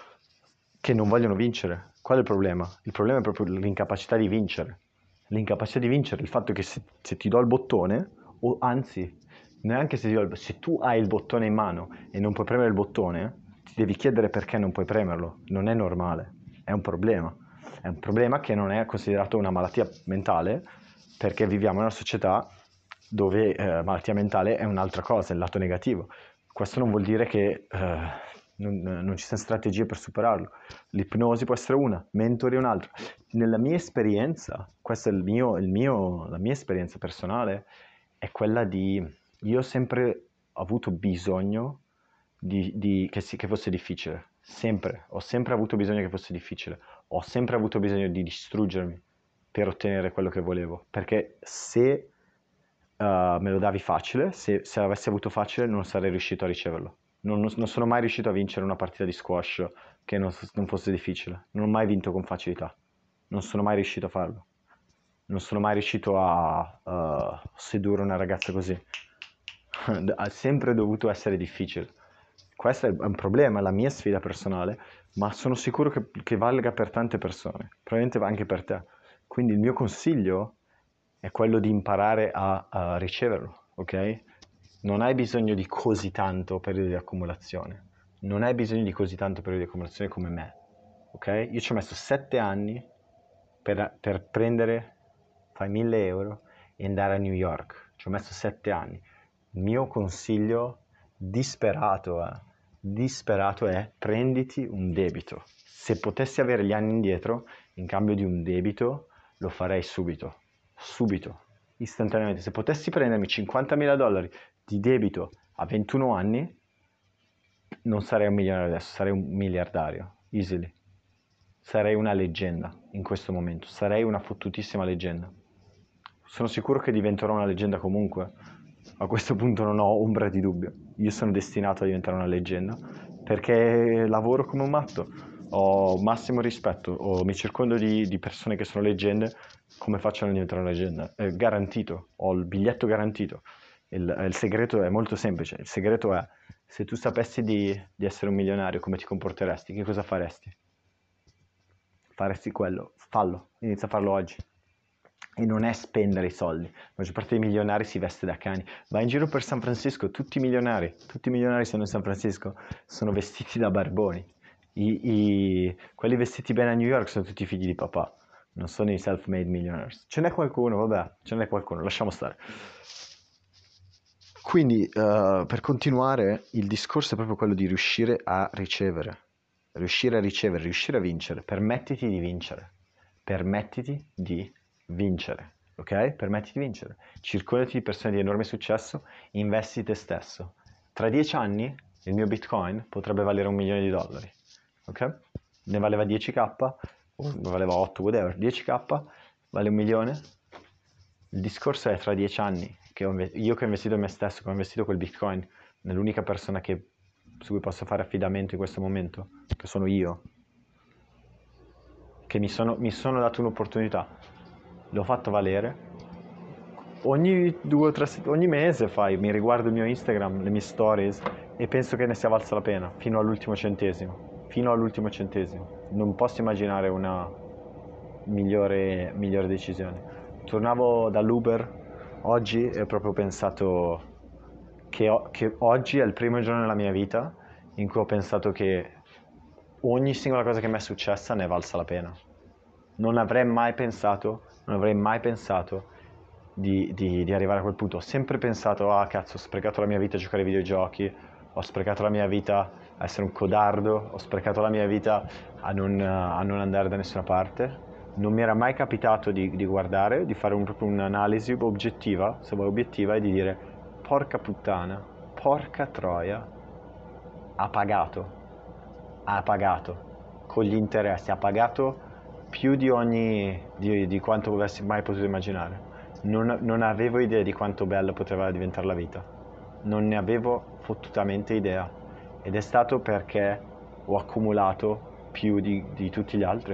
che non vogliono vincere. Qual è il problema? Il problema è proprio l'incapacità di vincere. L'incapacità di vincere, il fatto che se, se ti do il bottone, o anzi, neanche se, ti do il, se tu hai il bottone in mano e non puoi premere il bottone, ti devi chiedere perché non puoi premerlo. Non è normale, è un problema. È un problema che non è considerato una malattia mentale, perché viviamo in una società dove eh, malattia mentale è un'altra cosa, è il lato negativo. Questo non vuol dire che eh, non, non ci siano strategie per superarlo. L'ipnosi può essere una, mentori un'altra. Nella mia esperienza, questa è il mio, il mio, la mia esperienza personale, è quella di... Io ho sempre avuto bisogno di, di- che, si- che fosse difficile, sempre. Ho sempre avuto bisogno che fosse difficile. Ho sempre avuto bisogno di distruggermi per ottenere quello che volevo. Perché se uh, me lo davi facile, se, se l'avessi avuto facile non sarei riuscito a riceverlo. Non, non- non sono mai riuscito a vincere una partita di squash che non, non fosse difficile. Non ho mai vinto con facilità. Non sono mai riuscito a farlo. Non sono mai riuscito a uh, sedurre una ragazza così. Ha sempre dovuto essere difficile. Questo è un problema, è la mia sfida personale, ma sono sicuro che, che valga per tante persone, probabilmente anche per te. Quindi il mio consiglio è quello di imparare a, a riceverlo, ok? Non hai bisogno di così tanto periodo di accumulazione, non hai bisogno di così tanto periodo di accumulazione come me, ok? Io ci ho messo sette anni per, per prendere, fai mille euro e andare a New York, ci ho messo sette anni. Il mio consiglio disperato, eh, disperato è prenditi un debito. Se potessi avere gli anni indietro, in cambio di un debito, lo farei subito, subito, istantaneamente. Se potessi prendermi cinquantamila dollari di debito a ventuno anni, non sarei un milionario adesso, sarei un miliardario, easily. sarei una leggenda in questo momento, sarei una fottutissima leggenda. Sono sicuro che diventerò una leggenda comunque, a questo punto non ho ombra di dubbio. Io sono destinato a diventare una leggenda perché lavoro come un matto, ho massimo rispetto, o mi circondo di, di persone che sono leggende. Come faccio a non diventare una leggenda? È garantito, ho il biglietto garantito. Il, il segreto è molto semplice, il segreto è: se tu sapessi di, di essere un milionario, come ti comporteresti? Che cosa faresti? Faresti quello, fallo, inizia a farlo oggi. E non è spendere i soldi. La maggior parte dei milionari si veste da cani. Vai in giro per San Francisco, tutti i milionari, tutti i milionari sono in San Francisco, sono vestiti da barboni. I, i- quelli vestiti bene a New York sono tutti figli di papà, non sono i self-made millionaires. Ce n'è qualcuno, vabbè, ce n'è qualcuno, lasciamo stare. Quindi, eh, per continuare, il discorso è proprio quello di riuscire a ricevere, riuscire a ricevere, riuscire a vincere. Permettiti di vincere, permettiti di vincere, ok? Permettiti di vincere. Circondati di persone di enorme successo, investi te stesso. Tra dieci anni il mio Bitcoin potrebbe valere un milione di dollari, ok? Ne valeva dieci k, o ne valeva otto, whatever, dieci k, vale un milione. Il discorso è tra dieci anni, che ho inve- io che ho investito in me stesso, che ho investito quel Bitcoin nell'unica persona che, su cui posso fare affidamento in questo momento, che sono io, che mi sono, mi sono dato un'opportunità, l'ho fatto valere. Ogni due o tre sett- ogni mese fai, mi riguardo il mio Instagram, le mie stories, e penso che ne sia valsa la pena, fino all'ultimo centesimo, fino all'ultimo centesimo. Non posso immaginare una migliore, migliore decisione. Tornavo dall'Uber oggi e ho proprio pensato che, o- che oggi è il primo giorno nella mia vita in cui ho pensato che ogni singola cosa che mi è successa ne è valsa la pena. Non avrei mai pensato, non avrei mai pensato di, di- di arrivare a quel punto. Ho sempre pensato: ah cazzo, ho sprecato la mia vita a giocare ai videogiochi, ho sprecato la mia vita a essere un codardo, ho sprecato la mia vita a non, a non andare da nessuna parte. Non mi era mai capitato di, di guardare, di fare un- proprio un'analisi oggettiva, se vuoi obiettiva, e di dire: porca puttana, porca troia, ha pagato, ha pagato, con gli interessi, ha pagato più di ogni, di, di quanto avessi mai potuto immaginare. Non, non avevo idea di quanto bella poteva diventare la vita, non ne avevo fottutamente idea, ed è stato perché ho accumulato più di, di tutti gli altri,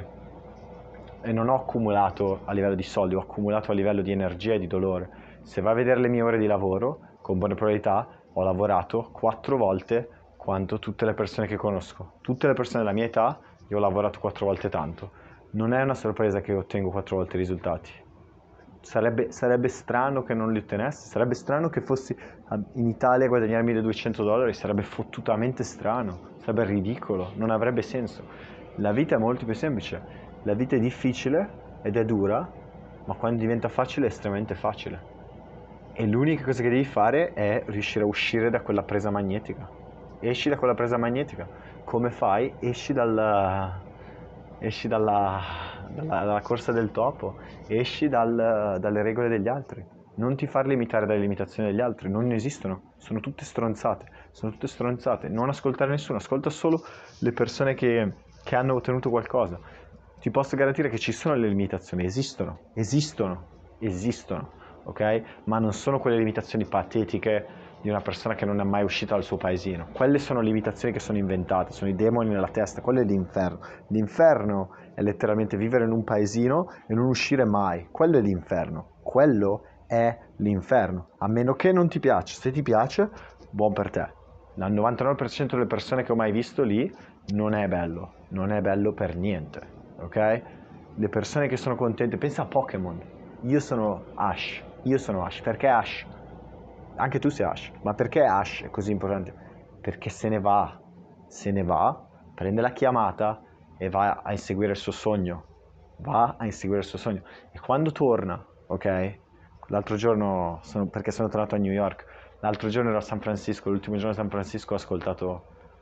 e non ho accumulato a livello di soldi, ho accumulato a livello di energia e di dolore. Se vai a vedere le mie ore di lavoro, con buona probabilità ho lavorato quattro volte quanto tutte le persone che conosco. Tutte le persone della mia età, io ho lavorato quattro volte tanto. Non è una sorpresa che ottengo quattro volte i risultati. Sarebbe, sarebbe strano che non li ottenessi, sarebbe strano che fossi in Italia a guadagnare milleduecento dollari, sarebbe fottutamente strano, sarebbe ridicolo, non avrebbe senso. La vita è molto più semplice. La vita è difficile ed è dura, ma quando diventa facile è estremamente facile. E l'unica cosa che devi fare è riuscire a uscire da quella presa magnetica. Esci da quella presa magnetica. Come fai? Esci dalla, esci dalla, dalla, dalla corsa del topo, esci dal, dalle regole degli altri. Non ti far limitare dalle limitazioni degli altri, non esistono, sono tutte stronzate, sono tutte stronzate. Non ascoltare nessuno, ascolta solo le persone che, che hanno ottenuto qualcosa. Ti posso garantire che ci sono le limitazioni, esistono, esistono, esistono, ok? Ma non sono quelle limitazioni patetiche di una persona che non è mai uscita dal suo paesino. Quelle sono limitazioni che sono inventate, sono i demoni nella testa, quello è l'inferno. L'inferno è letteralmente vivere in un paesino e non uscire mai. Quello è l'inferno. Quello è l'inferno. A meno che non ti piace. Se ti piace, buon per te. Il novantanove per cento delle persone che ho mai visto lì non è bello. Non è bello per niente. Ok? Le persone che sono contente, pensa a Pokémon. Io sono Ash. Io sono Ash. Perché Ash? Anche tu sei Ash. Ma perché Ash è così importante? Perché se ne va. Se ne va, prende la chiamata e va a inseguire il suo sogno. Va a inseguire il suo sogno. E quando torna, ok? L'altro giorno, sono, perché sono tornato a New York, l'altro giorno ero a San Francisco, l'ultimo giorno a San Francisco ho ascoltato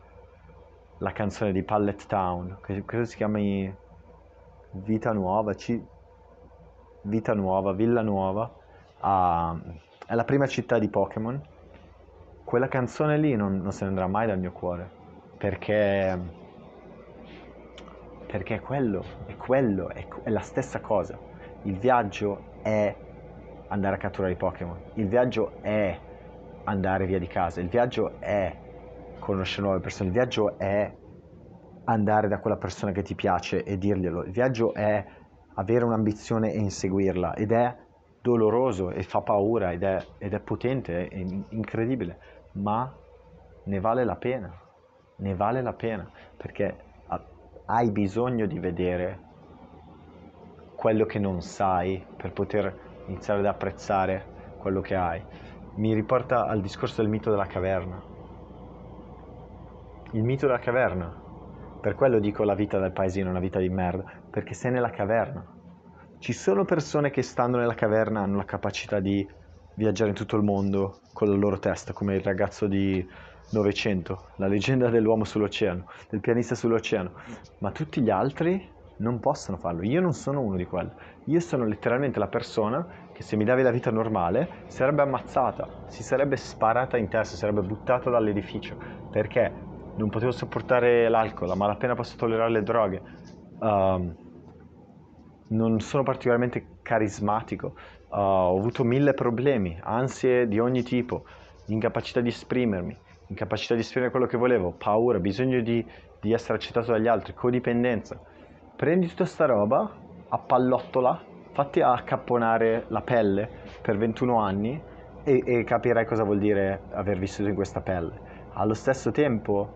la canzone di Pallet Town, che credo si chiami Vita Nuova, C... Vita Nuova, Villa Nuova, a... è la prima città di Pokémon. Quella canzone lì non, non se ne andrà mai dal mio cuore, perché perché è quello, è quello, è, è la stessa cosa. Il viaggio è andare a catturare i Pokémon, il viaggio è andare via di casa, il viaggio è conoscere nuove persone, il viaggio è andare da quella persona che ti piace e dirglielo, il viaggio è avere un'ambizione e inseguirla, ed è doloroso e fa paura ed è, ed è potente, è incredibile, ma ne vale la pena, ne vale la pena, perché hai bisogno di vedere quello che non sai per poter iniziare ad apprezzare quello che hai. Mi riporta al discorso del mito della caverna. Il mito della caverna. Per quello dico la vita del paesino è una vita di merda, perché sei nella caverna. Ci sono persone che stando nella caverna hanno la capacità di viaggiare in tutto il mondo con la loro testa, come il ragazzo di Novecento, la leggenda dell'uomo sull'oceano, del pianista sull'oceano, ma tutti gli altri non possono farlo. Io non sono uno di quelli. Io sono letteralmente la persona che, se mi davi la vita normale, sarebbe ammazzata, si sarebbe sparata in testa, si sarebbe buttata dall'edificio, perché non potevo sopportare l'alcol, a malapena posso tollerare le droghe, um, non sono particolarmente carismatico, uh, ho avuto mille problemi, ansie di ogni tipo, incapacità di esprimermi, incapacità di esprimere quello che volevo, paura, bisogno di, di essere accettato dagli altri, codipendenza. Prendi tutta sta roba, appallottola, fatti accapponare la pelle per ventuno anni e, e capirai cosa vuol dire aver vissuto in questa pelle. Allo stesso tempo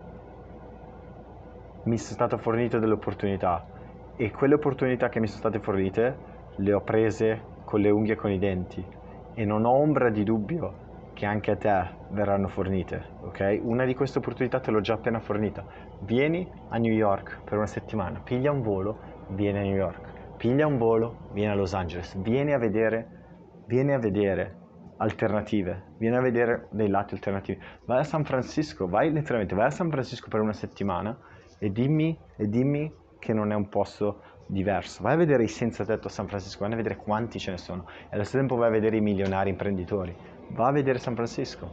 mi sono stato fornito delle opportunità e quelle opportunità che mi sono state fornite le ho prese con le unghie e con i denti, e non ho ombra di dubbio che anche a te verranno fornite, ok? Una di queste opportunità te l'ho già appena fornita. Vieni a New York per una settimana, piglia un volo, vieni a New York, piglia un volo, vieni a Los Angeles, vieni a vedere, vieni a vedere alternative, vieni a vedere dei lati alternativi. Vai a San Francisco, vai letteralmente, vai a San Francisco per una settimana e dimmi, e dimmi che non è un posto diverso. Vai a vedere i senza tetto a San Francisco, vai a vedere quanti ce ne sono, e allo stesso tempo vai a vedere i milionari imprenditori. Va a vedere San Francisco,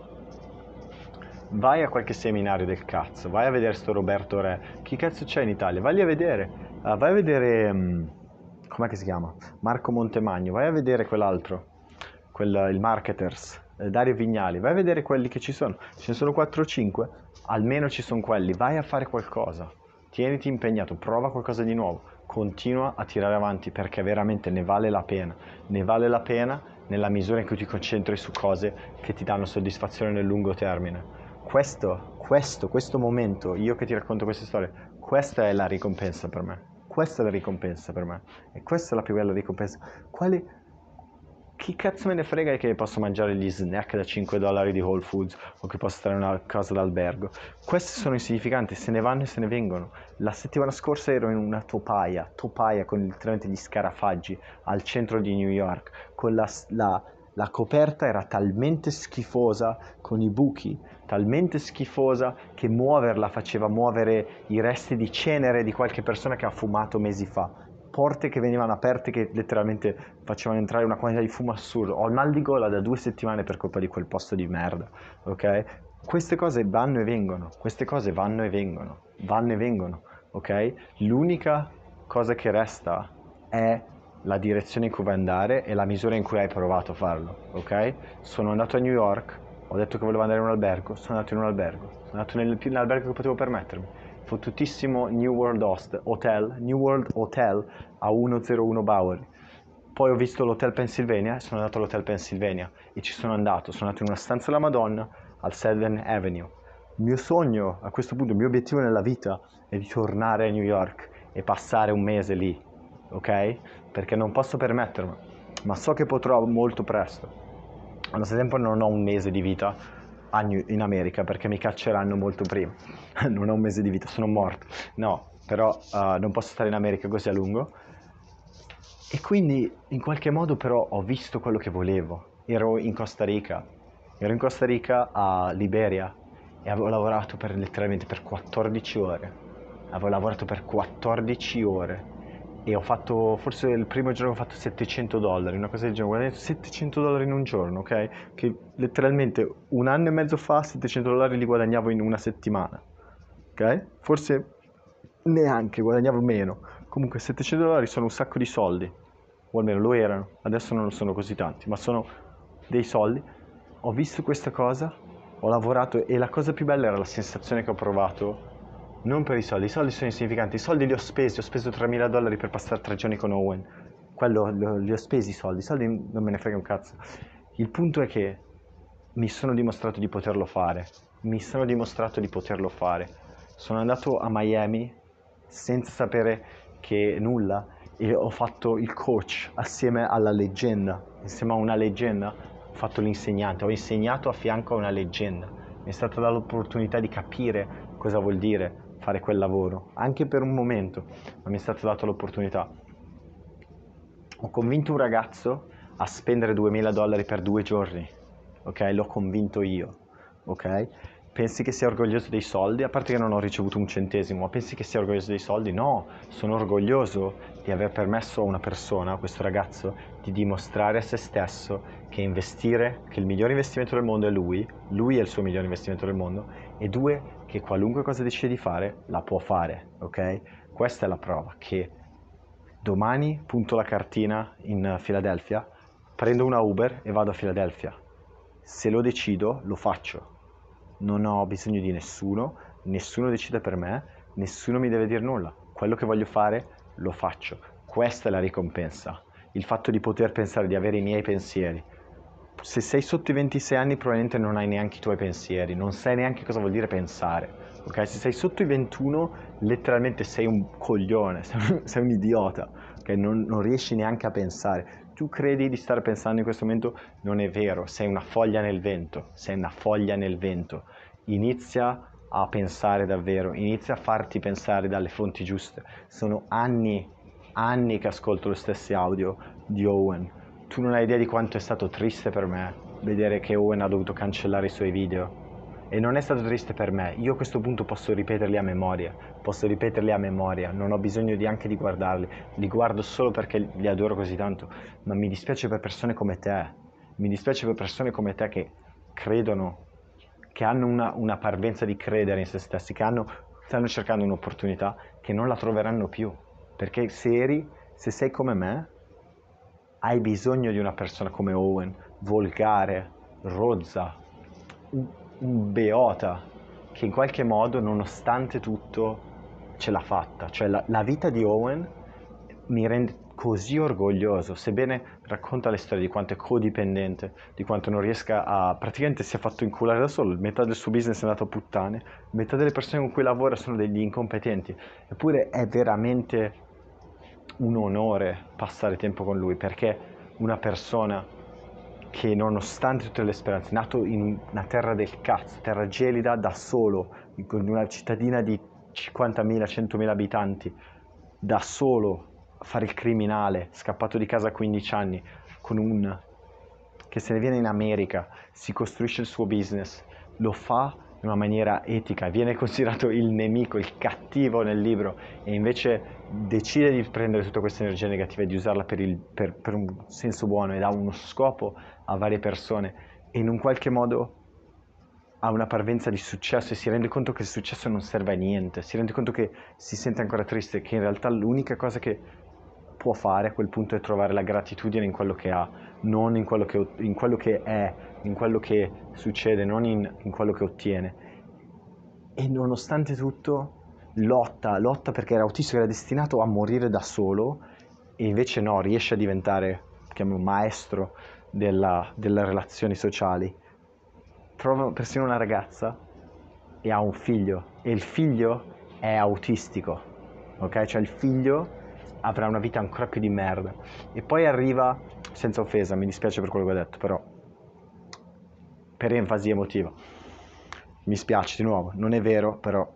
vai a qualche seminario del cazzo, vai a vedere sto Roberto Re, chi cazzo c'è in Italia, vai a vedere, uh, vai a vedere, um, com'è che si chiama? Marco Montemagno, vai a vedere quell'altro, quel, il Marketers, eh, Dario Vignali, vai a vedere quelli che ci sono, ce ne sono quattro o cinque, almeno ci sono quelli, vai a fare qualcosa, tieniti impegnato, prova qualcosa di nuovo, continua a tirare avanti, perché veramente ne vale la pena, ne vale la pena nella misura in cui ti concentri su cose che ti danno soddisfazione nel lungo termine. Questo, questo, questo momento, io che ti racconto queste storie, questa è la ricompensa per me, questa è la ricompensa per me, e questa è la più bella ricompensa. Quali... Chi cazzo me ne frega che posso mangiare gli snack da cinque dollari di Whole Foods o che posso stare in una casa d'albergo? Questi sono insignificanti, se ne vanno e se ne vengono. La settimana scorsa ero in una topaia, topaia con letteralmente gli scarafaggi al centro di New York, con la, la, la coperta era talmente schifosa, con i buchi, talmente schifosa che muoverla faceva muovere i resti di cenere di qualche persona che ha fumato mesi fa. Porte che venivano aperte che letteralmente facevano entrare una quantità di fumo assurdo. Ho il mal di gola da due settimane per colpa di quel posto di merda, ok? Queste cose vanno e vengono, queste cose vanno e vengono, vanno e vengono, ok? L'unica cosa che resta è la direzione in cui vuoi andare e la misura in cui hai provato a farlo, ok? Sono andato a New York, ho detto che volevo andare in un albergo, sono andato in un albergo, sono andato nel, nell'albergo che potevo permettermi. Fottutissimo New World Host, Hotel, New World Hotel a centouno Bowery. Poi ho visto l'Hotel Pennsylvania e sono andato all'Hotel Pennsylvania e ci sono andato, sono andato in una stanza della Madonna al Seventh Avenue. Il mio sogno, a questo punto, il mio obiettivo nella vita è di tornare a New York e passare un mese lì, ok? Perché non posso permettermi, ma so che potrò molto presto. Allo stesso tempo non ho un mese di vita in America perché mi cacceranno molto prima. Non ho un mese di vita, sono morto. No, però uh, non posso stare in America così a lungo. E quindi in qualche modo però ho visto quello che volevo. Ero in Costa Rica, ero in Costa Rica a Liberia e avevo lavorato per letteralmente per quattordici ore. Avevo lavorato per quattordici ore e ho fatto, forse il primo giorno ho fatto settecento dollari, una cosa del genere, guadagnavo settecento dollari in un giorno, ok? Che letteralmente un anno e mezzo fa settecento dollari li guadagnavo in una settimana, ok? Forse neanche, guadagnavo meno, Comunque settecento dollari sono un sacco di soldi, o almeno lo erano, adesso non lo sono così tanti, ma sono dei soldi. Ho visto questa cosa, ho lavorato e la cosa più bella era la sensazione che ho provato, non per i soldi, i soldi sono insignificanti, i soldi li ho spesi, ho speso tremila dollari per passare tre giorni con Owen, quello li ho spesi i soldi, i soldi non me ne frega un cazzo. Il punto è che mi sono dimostrato di poterlo fare, mi sono dimostrato di poterlo fare. Sono andato a Miami senza sapere che nulla e ho fatto il coach assieme alla leggenda, insieme a una leggenda ho fatto l'insegnante, ho insegnato a fianco a una leggenda. Mi è stata data l'opportunità di capire cosa vuol dire fare quel lavoro, anche per un momento, ma mi è stata data l'opportunità. Ho convinto un ragazzo a spendere duemila dollari per due giorni, ok? L'ho convinto io, ok? Pensi che sia orgoglioso dei soldi? A parte che non ho ricevuto un centesimo, ma pensi che sia orgoglioso dei soldi? No, sono orgoglioso di aver permesso a una persona, a questo ragazzo, di dimostrare a se stesso che investire, che il migliore investimento del mondo è lui, lui è il suo migliore investimento del mondo, e due, che qualunque cosa decide di fare, la può fare, ok? Questa è la prova, che domani punto la cartina in Filadelfia, prendo una Uber e vado a Filadelfia. Se lo decido, lo faccio. Non ho bisogno di nessuno, nessuno decide per me, nessuno mi deve dire nulla. Quello che voglio fare, lo faccio. Questa è la ricompensa. Il fatto di poter pensare, di avere i miei pensieri. Se sei sotto i ventisei anni probabilmente non hai neanche i tuoi pensieri, non sai neanche cosa vuol dire pensare, ok? Se sei sotto i ventuno letteralmente sei un coglione, sei un, sei un idiota, ok? Non, non riesci neanche a pensare. Tu credi di stare pensando in questo momento, non è vero, sei una foglia nel vento, sei una foglia nel vento. Inizia a pensare davvero, inizia a farti pensare dalle fonti giuste. Sono anni, anni che ascolto lo stesso audio di Owen. Tu non hai idea di quanto è stato triste per me vedere che Owen ha dovuto cancellare i suoi video. E non è stato triste per me, io a questo punto posso ripeterli a memoria, posso ripeterli a memoria, non ho bisogno neanche di guardarli, li guardo solo perché li adoro così tanto, ma mi dispiace per persone come te, mi dispiace per persone come te che credono, che hanno una, una parvenza di credere in se stessi, che hanno, stanno cercando un'opportunità che non la troveranno più, perché se eri, se sei come me, hai bisogno di una persona come Owen, volgare, rozza, un, un beota, che in qualche modo, nonostante tutto, ce l'ha fatta. Cioè la, la vita di Owen mi rende così orgoglioso, sebbene racconta le storie di quanto è codipendente, di quanto non riesca a... praticamente si è fatto inculare da solo, metà del suo business è andato a puttane, metà delle persone con cui lavora sono degli incompetenti, eppure è veramente un onore passare tempo con lui, perché una persona che nonostante tutte le speranze, nato in una terra del cazzo, terra gelida, da solo, in una cittadina di cinquantamila centomila abitanti, da solo a fare il criminale, scappato di casa a quindici anni, con un che se ne viene in America, si costruisce il suo business, lo fa in una maniera etica, viene considerato il nemico, il cattivo nel libro, e invece decide di prendere tutta questa energia negativa e di usarla per, il, per, per un senso buono e dà uno scopo a varie persone e in un qualche modo ha una parvenza di successo e si rende conto che il successo non serve a niente, si rende conto che si sente ancora triste, che in realtà l'unica cosa che può fare a quel punto è trovare la gratitudine in quello che ha, non in quello che, in quello che è, in quello che succede, non in, in quello che ottiene. E nonostante tutto lotta, lotta perché era autistico, era destinato a morire da solo, e invece no, riesce a diventare, chiamiamo, maestro della, delle relazioni sociali. Trova persino una ragazza e ha un figlio, e il figlio è autistico, ok? Cioè il figlio avrà una vita ancora più di merda. E poi arriva, senza offesa, mi dispiace per quello che ho detto, però per enfasi emotiva, mi spiace di nuovo, non è vero, però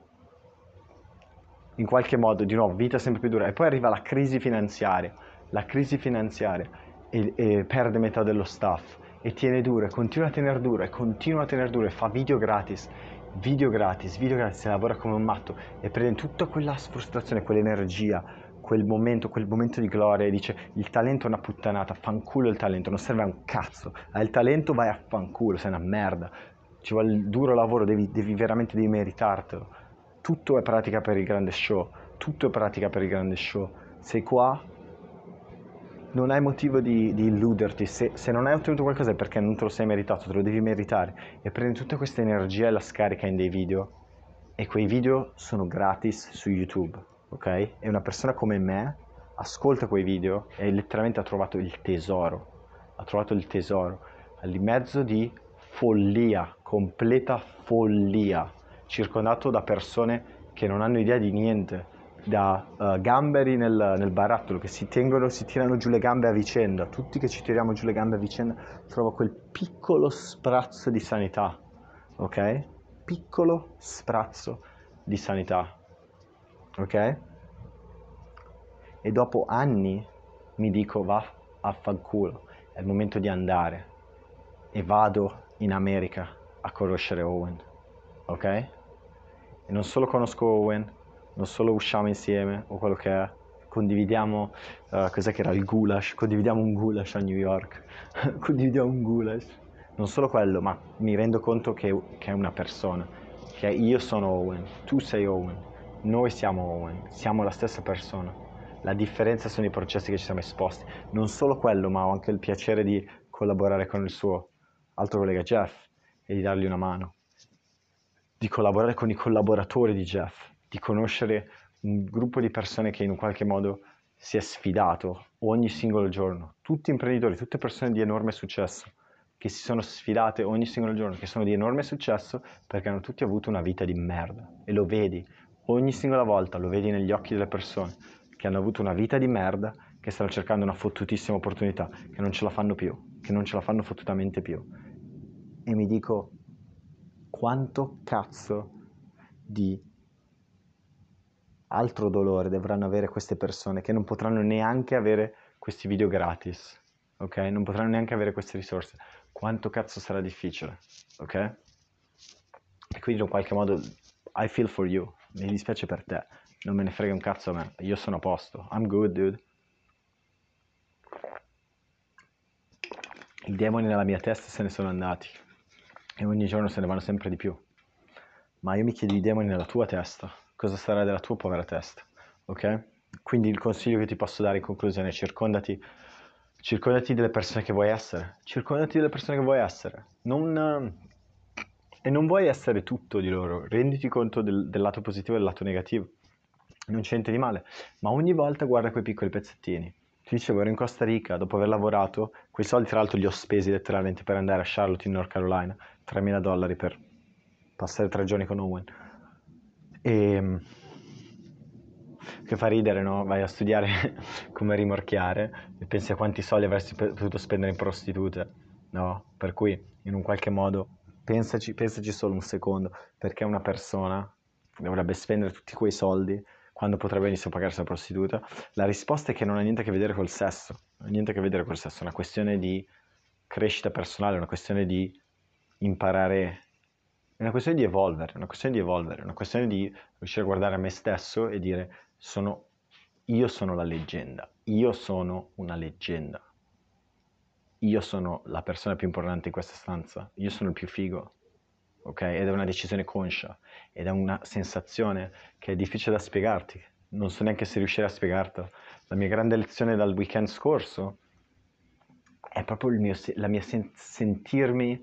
in qualche modo, di nuovo, vita sempre più dura. E poi arriva la crisi finanziaria, la crisi finanziaria, e, e perde metà dello staff, e tiene duro, e continua a tenere duro, e continua a tenere duro, e fa video gratis, video gratis, video gratis, e lavora come un matto, e prende tutta quella frustrazione, quell'energia, quel momento, quel momento di gloria, e dice: il talento è una puttanata, fanculo il talento, non serve a un cazzo, hai il talento, vai a fanculo, sei una merda, ci vuole il duro lavoro, devi, devi veramente devi meritartelo. Tutto è pratica per il grande show, tutto è pratica per il grande show. sei qua, non hai motivo di, di illuderti. Se, se non hai ottenuto qualcosa è perché non te lo sei meritato, te lo devi meritare. E prendi tutta questa energia e la scarica in dei video, e quei video sono gratis su YouTube, ok? E una persona come me ascolta quei video e letteralmente ha trovato il tesoro, ha trovato il tesoro in mezzo di follia, completa follia, circondato da persone che non hanno idea di niente, da uh, gamberi nel, nel barattolo che si tengono, si tirano giù le gambe a vicenda. Tutti che ci tiriamo giù le gambe a vicenda, trovo quel piccolo sprazzo di sanità, ok? Piccolo sprazzo di sanità, ok? E dopo anni mi dico va a fanculo, è il momento di andare, e vado in America a conoscere Owen, ok? E non solo conosco Owen, non solo usciamo insieme o quello che è, condividiamo, uh, cos'è che era il goulash, condividiamo un goulash a New York, condividiamo un goulash, non solo quello, ma mi rendo conto che, che è una persona, che io sono Owen, tu sei Owen, noi siamo Owen, siamo la stessa persona. La differenza sono i processi che ci siamo esposti. Non solo quello, ma ho anche il piacere di collaborare con il suo altro collega Jeff e di dargli una mano, di collaborare con i collaboratori di Jeff, di conoscere un gruppo di persone che in un qualche modo si è sfidato ogni singolo giorno, tutti imprenditori, tutte persone di enorme successo, che si sono sfidate ogni singolo giorno, che sono di enorme successo perché hanno tutti avuto una vita di merda, e lo vedi ogni singola volta, lo vedi negli occhi delle persone che hanno avuto una vita di merda, che stanno cercando una fottutissima opportunità, che non ce la fanno più, che non ce la fanno fottutamente più. E mi dico, quanto cazzo di altro dolore dovranno avere queste persone che non potranno neanche avere questi video gratis, ok? Non potranno neanche avere queste risorse. Quanto cazzo sarà difficile, ok? E quindi in un qualche modo I feel for you, mi dispiace per te, non me ne frega un cazzo a me, io sono a posto, I'm good, dude. I demoni nella mia testa se ne sono andati e ogni giorno se ne vanno sempre di più. Ma io mi chiedo i demoni nella tua testa, cosa sarà della tua povera testa, ok? Quindi il consiglio che ti posso dare in conclusione è circondati, circondati delle persone che vuoi essere, circondati delle persone che vuoi essere, non, e non vuoi essere tutto di loro, renditi conto del, del lato positivo e del lato negativo, non c'è niente di male, ma ogni volta guarda quei piccoli pezzettini. Ti dicevo, ero in Costa Rica, dopo aver lavorato, quei soldi tra l'altro li ho spesi letteralmente per andare a Charlotte in North Carolina, tremila dollari per passare tre giorni con Owen. E che fa ridere, no? Vai a studiare come rimorchiare e pensi a quanti soldi avresti potuto spendere in prostitute, no? Per cui, in un qualche modo, pensaci, pensaci solo un secondo, perché una persona dovrebbe spendere tutti quei soldi quando potrebbe benissimo pagarsi la prostituta. La risposta è che non ha niente a che vedere col sesso, non ha niente a che vedere col sesso, è una questione di crescita personale, è una questione di imparare, è una questione di evolvere, è una questione di evolvere, è una questione di riuscire a guardare a me stesso e dire sono, io sono la leggenda, io sono una leggenda, io sono la persona più importante in questa stanza, io sono il più figo, ok? Ed è una decisione conscia, ed è una sensazione che è difficile da spiegarti, non so neanche se riuscirei a spiegartela. La mia grande lezione dal weekend scorso è proprio il mio, la mia sen- sentirmi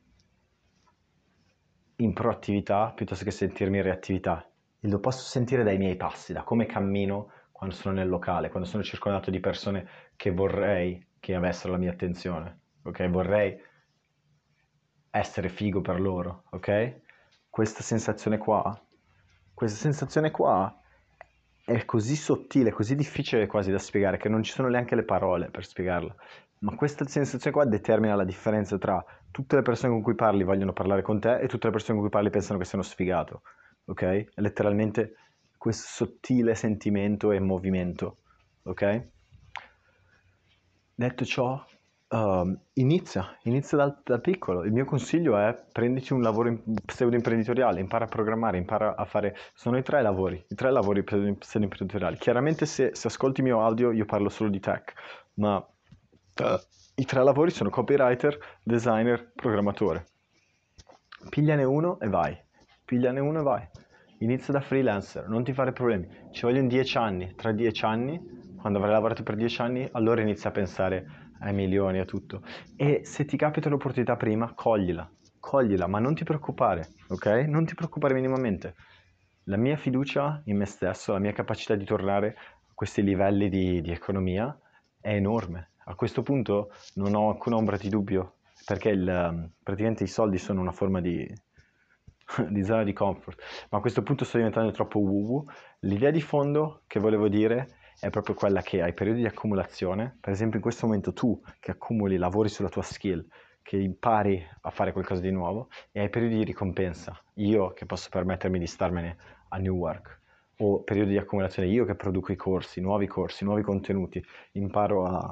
in proattività piuttosto che sentirmi in reattività. E lo posso sentire dai miei passi, da come cammino quando sono nel locale, quando sono circondato di persone che vorrei che avessero la mia attenzione, ok? Vorrei essere figo per loro, ok? Questa sensazione qua, questa sensazione qua è così sottile, così difficile quasi da spiegare che non ci sono neanche le parole per spiegarla. Ma questa sensazione qua determina la differenza tra tutte le persone con cui parli vogliono parlare con te e tutte le persone con cui parli pensano che siano sfigato, ok? È letteralmente questo sottile sentimento e movimento, ok? Detto ciò, um, inizia, inizia dal, dal piccolo. Il mio consiglio è prenditi un lavoro in- pseudo-imprenditoriale, impara a programmare, impara a fare... Sono i tre lavori, i tre lavori pseudo- pseudo-imprenditoriali. Chiaramente se, se ascolti il mio audio io parlo solo di tech, ma uh, i tre lavori sono copywriter, designer, programmatore. Pigliane uno e vai, pigliane uno e vai. Inizia da freelancer, non ti fare problemi. Ci vogliono dieci anni, tra dieci anni quando avrai lavorato per dieci anni, allora inizi a pensare ai milioni, a tutto. E se ti capita l'opportunità prima, coglila, coglila, ma non ti preoccupare, ok? Non ti preoccupare minimamente. La mia fiducia in me stesso, la mia capacità di tornare a questi livelli di, di economia è enorme. A questo punto non ho alcuna ombra di dubbio, perché il, praticamente i soldi sono una forma di, di zona di comfort. Ma a questo punto sto diventando troppo woo-woo. L'idea di fondo che volevo dire è proprio quella che hai periodi di accumulazione. Per esempio in questo momento tu che accumuli, lavori sulla tua skill, che impari a fare qualcosa di nuovo, e hai periodi di ricompensa. Io che posso permettermi di starmene a Newark, o periodi di accumulazione, io che produco i corsi, nuovi corsi, nuovi contenuti, imparo a,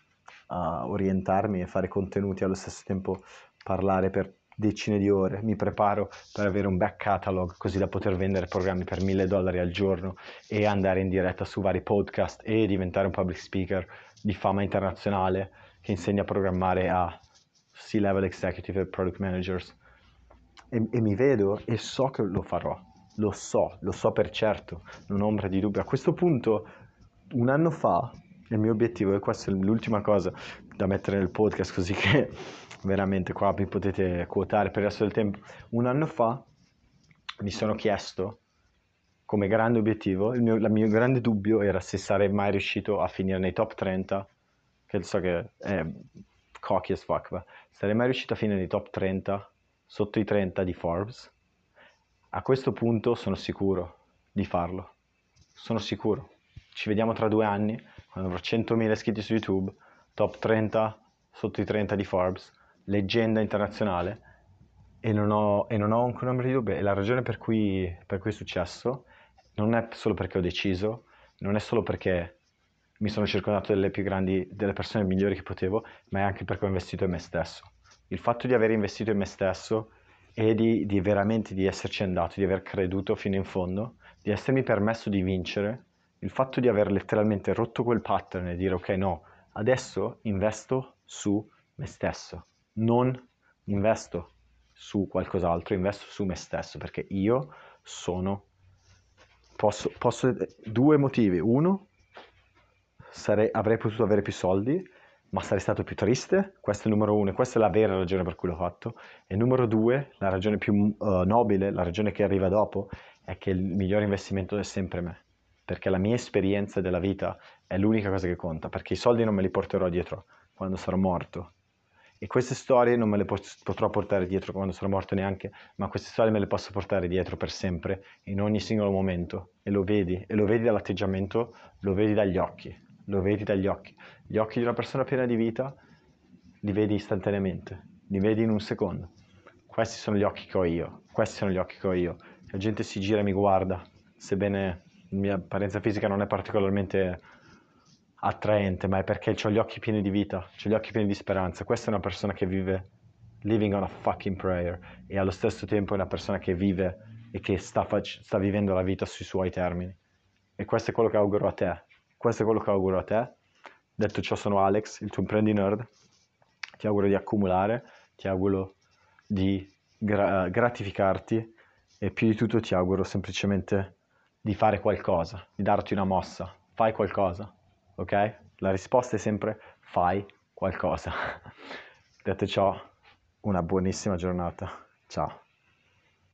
a orientarmi e fare contenuti, allo stesso tempo parlare per decine di ore, mi preparo per avere un back catalog così da poter vendere programmi per mille dollari al giorno e andare in diretta su vari podcast e diventare un public speaker di fama internazionale che insegna a programmare a C-level executive e product managers. E, e mi vedo e so che lo farò, lo so, lo so per certo, non ho ombra di dubbio. A questo punto, un anno fa, il mio obiettivo, e questa è l'ultima cosa da mettere nel podcast così che veramente qua mi potete quotare per il resto del tempo, un anno fa mi sono chiesto come grande obiettivo, il mio, il mio grande dubbio era se sarei mai riuscito a finire nei top trenta, che so che è cocky as fuck, ma sarei mai riuscito a finire nei top trenta, sotto i trenta di Forbes. A questo punto sono sicuro di farlo, sono sicuro. Ci vediamo tra due anni, quando avrò centomila iscritti su YouTube, top trenta, sotto i trenta di Forbes, leggenda internazionale, e non ho, e non ho ancora ombra di dubbio. E la ragione per cui, per cui è successo non è solo perché ho deciso, non è solo perché mi sono circondato delle più grandi, delle persone migliori che potevo, ma è anche perché ho investito in me stesso. Il fatto di aver investito in me stesso e di, di veramente di esserci andato, di aver creduto fino in fondo, di essermi permesso di vincere, il fatto di aver letteralmente rotto quel pattern e dire ok no, adesso investo su me stesso, non investo su qualcos'altro, investo su me stesso, perché io sono, posso, posso due motivi. Uno, sarei, avrei potuto avere più soldi, ma sarei stato più triste. Questo è il numero uno, e questa è la vera ragione per cui l'ho fatto. E numero due, la ragione più uh, nobile, la ragione che arriva dopo, è che il miglior investimento è sempre me, perché la mia esperienza della vita è l'unica cosa che conta, perché i soldi non me li porterò dietro quando sarò morto. E queste storie non me le potrò portare dietro quando sarò morto neanche, ma queste storie me le posso portare dietro per sempre, in ogni singolo momento. E lo vedi, e lo vedi dall'atteggiamento, lo vedi dagli occhi, lo vedi dagli occhi. Gli occhi di una persona piena di vita li vedi istantaneamente, li vedi in un secondo. Questi sono gli occhi che ho io, questi sono gli occhi che ho io. La gente si gira e mi guarda, sebbene la mia apparenza fisica non è particolarmente attraente, ma è perché ho gli occhi pieni di vita, ho gli occhi pieni di speranza. Questa è una persona che vive living on a fucking prayer, e allo stesso tempo è una persona che vive e che sta, fac- sta vivendo la vita sui suoi termini. E questo è quello che auguro a te. Questo è quello che auguro a te. Detto ciò, sono Alex, il tuo imprendi nerd. Ti auguro di accumulare, ti auguro di gra- gratificarti, e più di tutto ti auguro semplicemente di fare qualcosa, di darti una mossa. Fai qualcosa, ok? La risposta è sempre fai qualcosa. Detto ciò, una buonissima giornata. Ciao.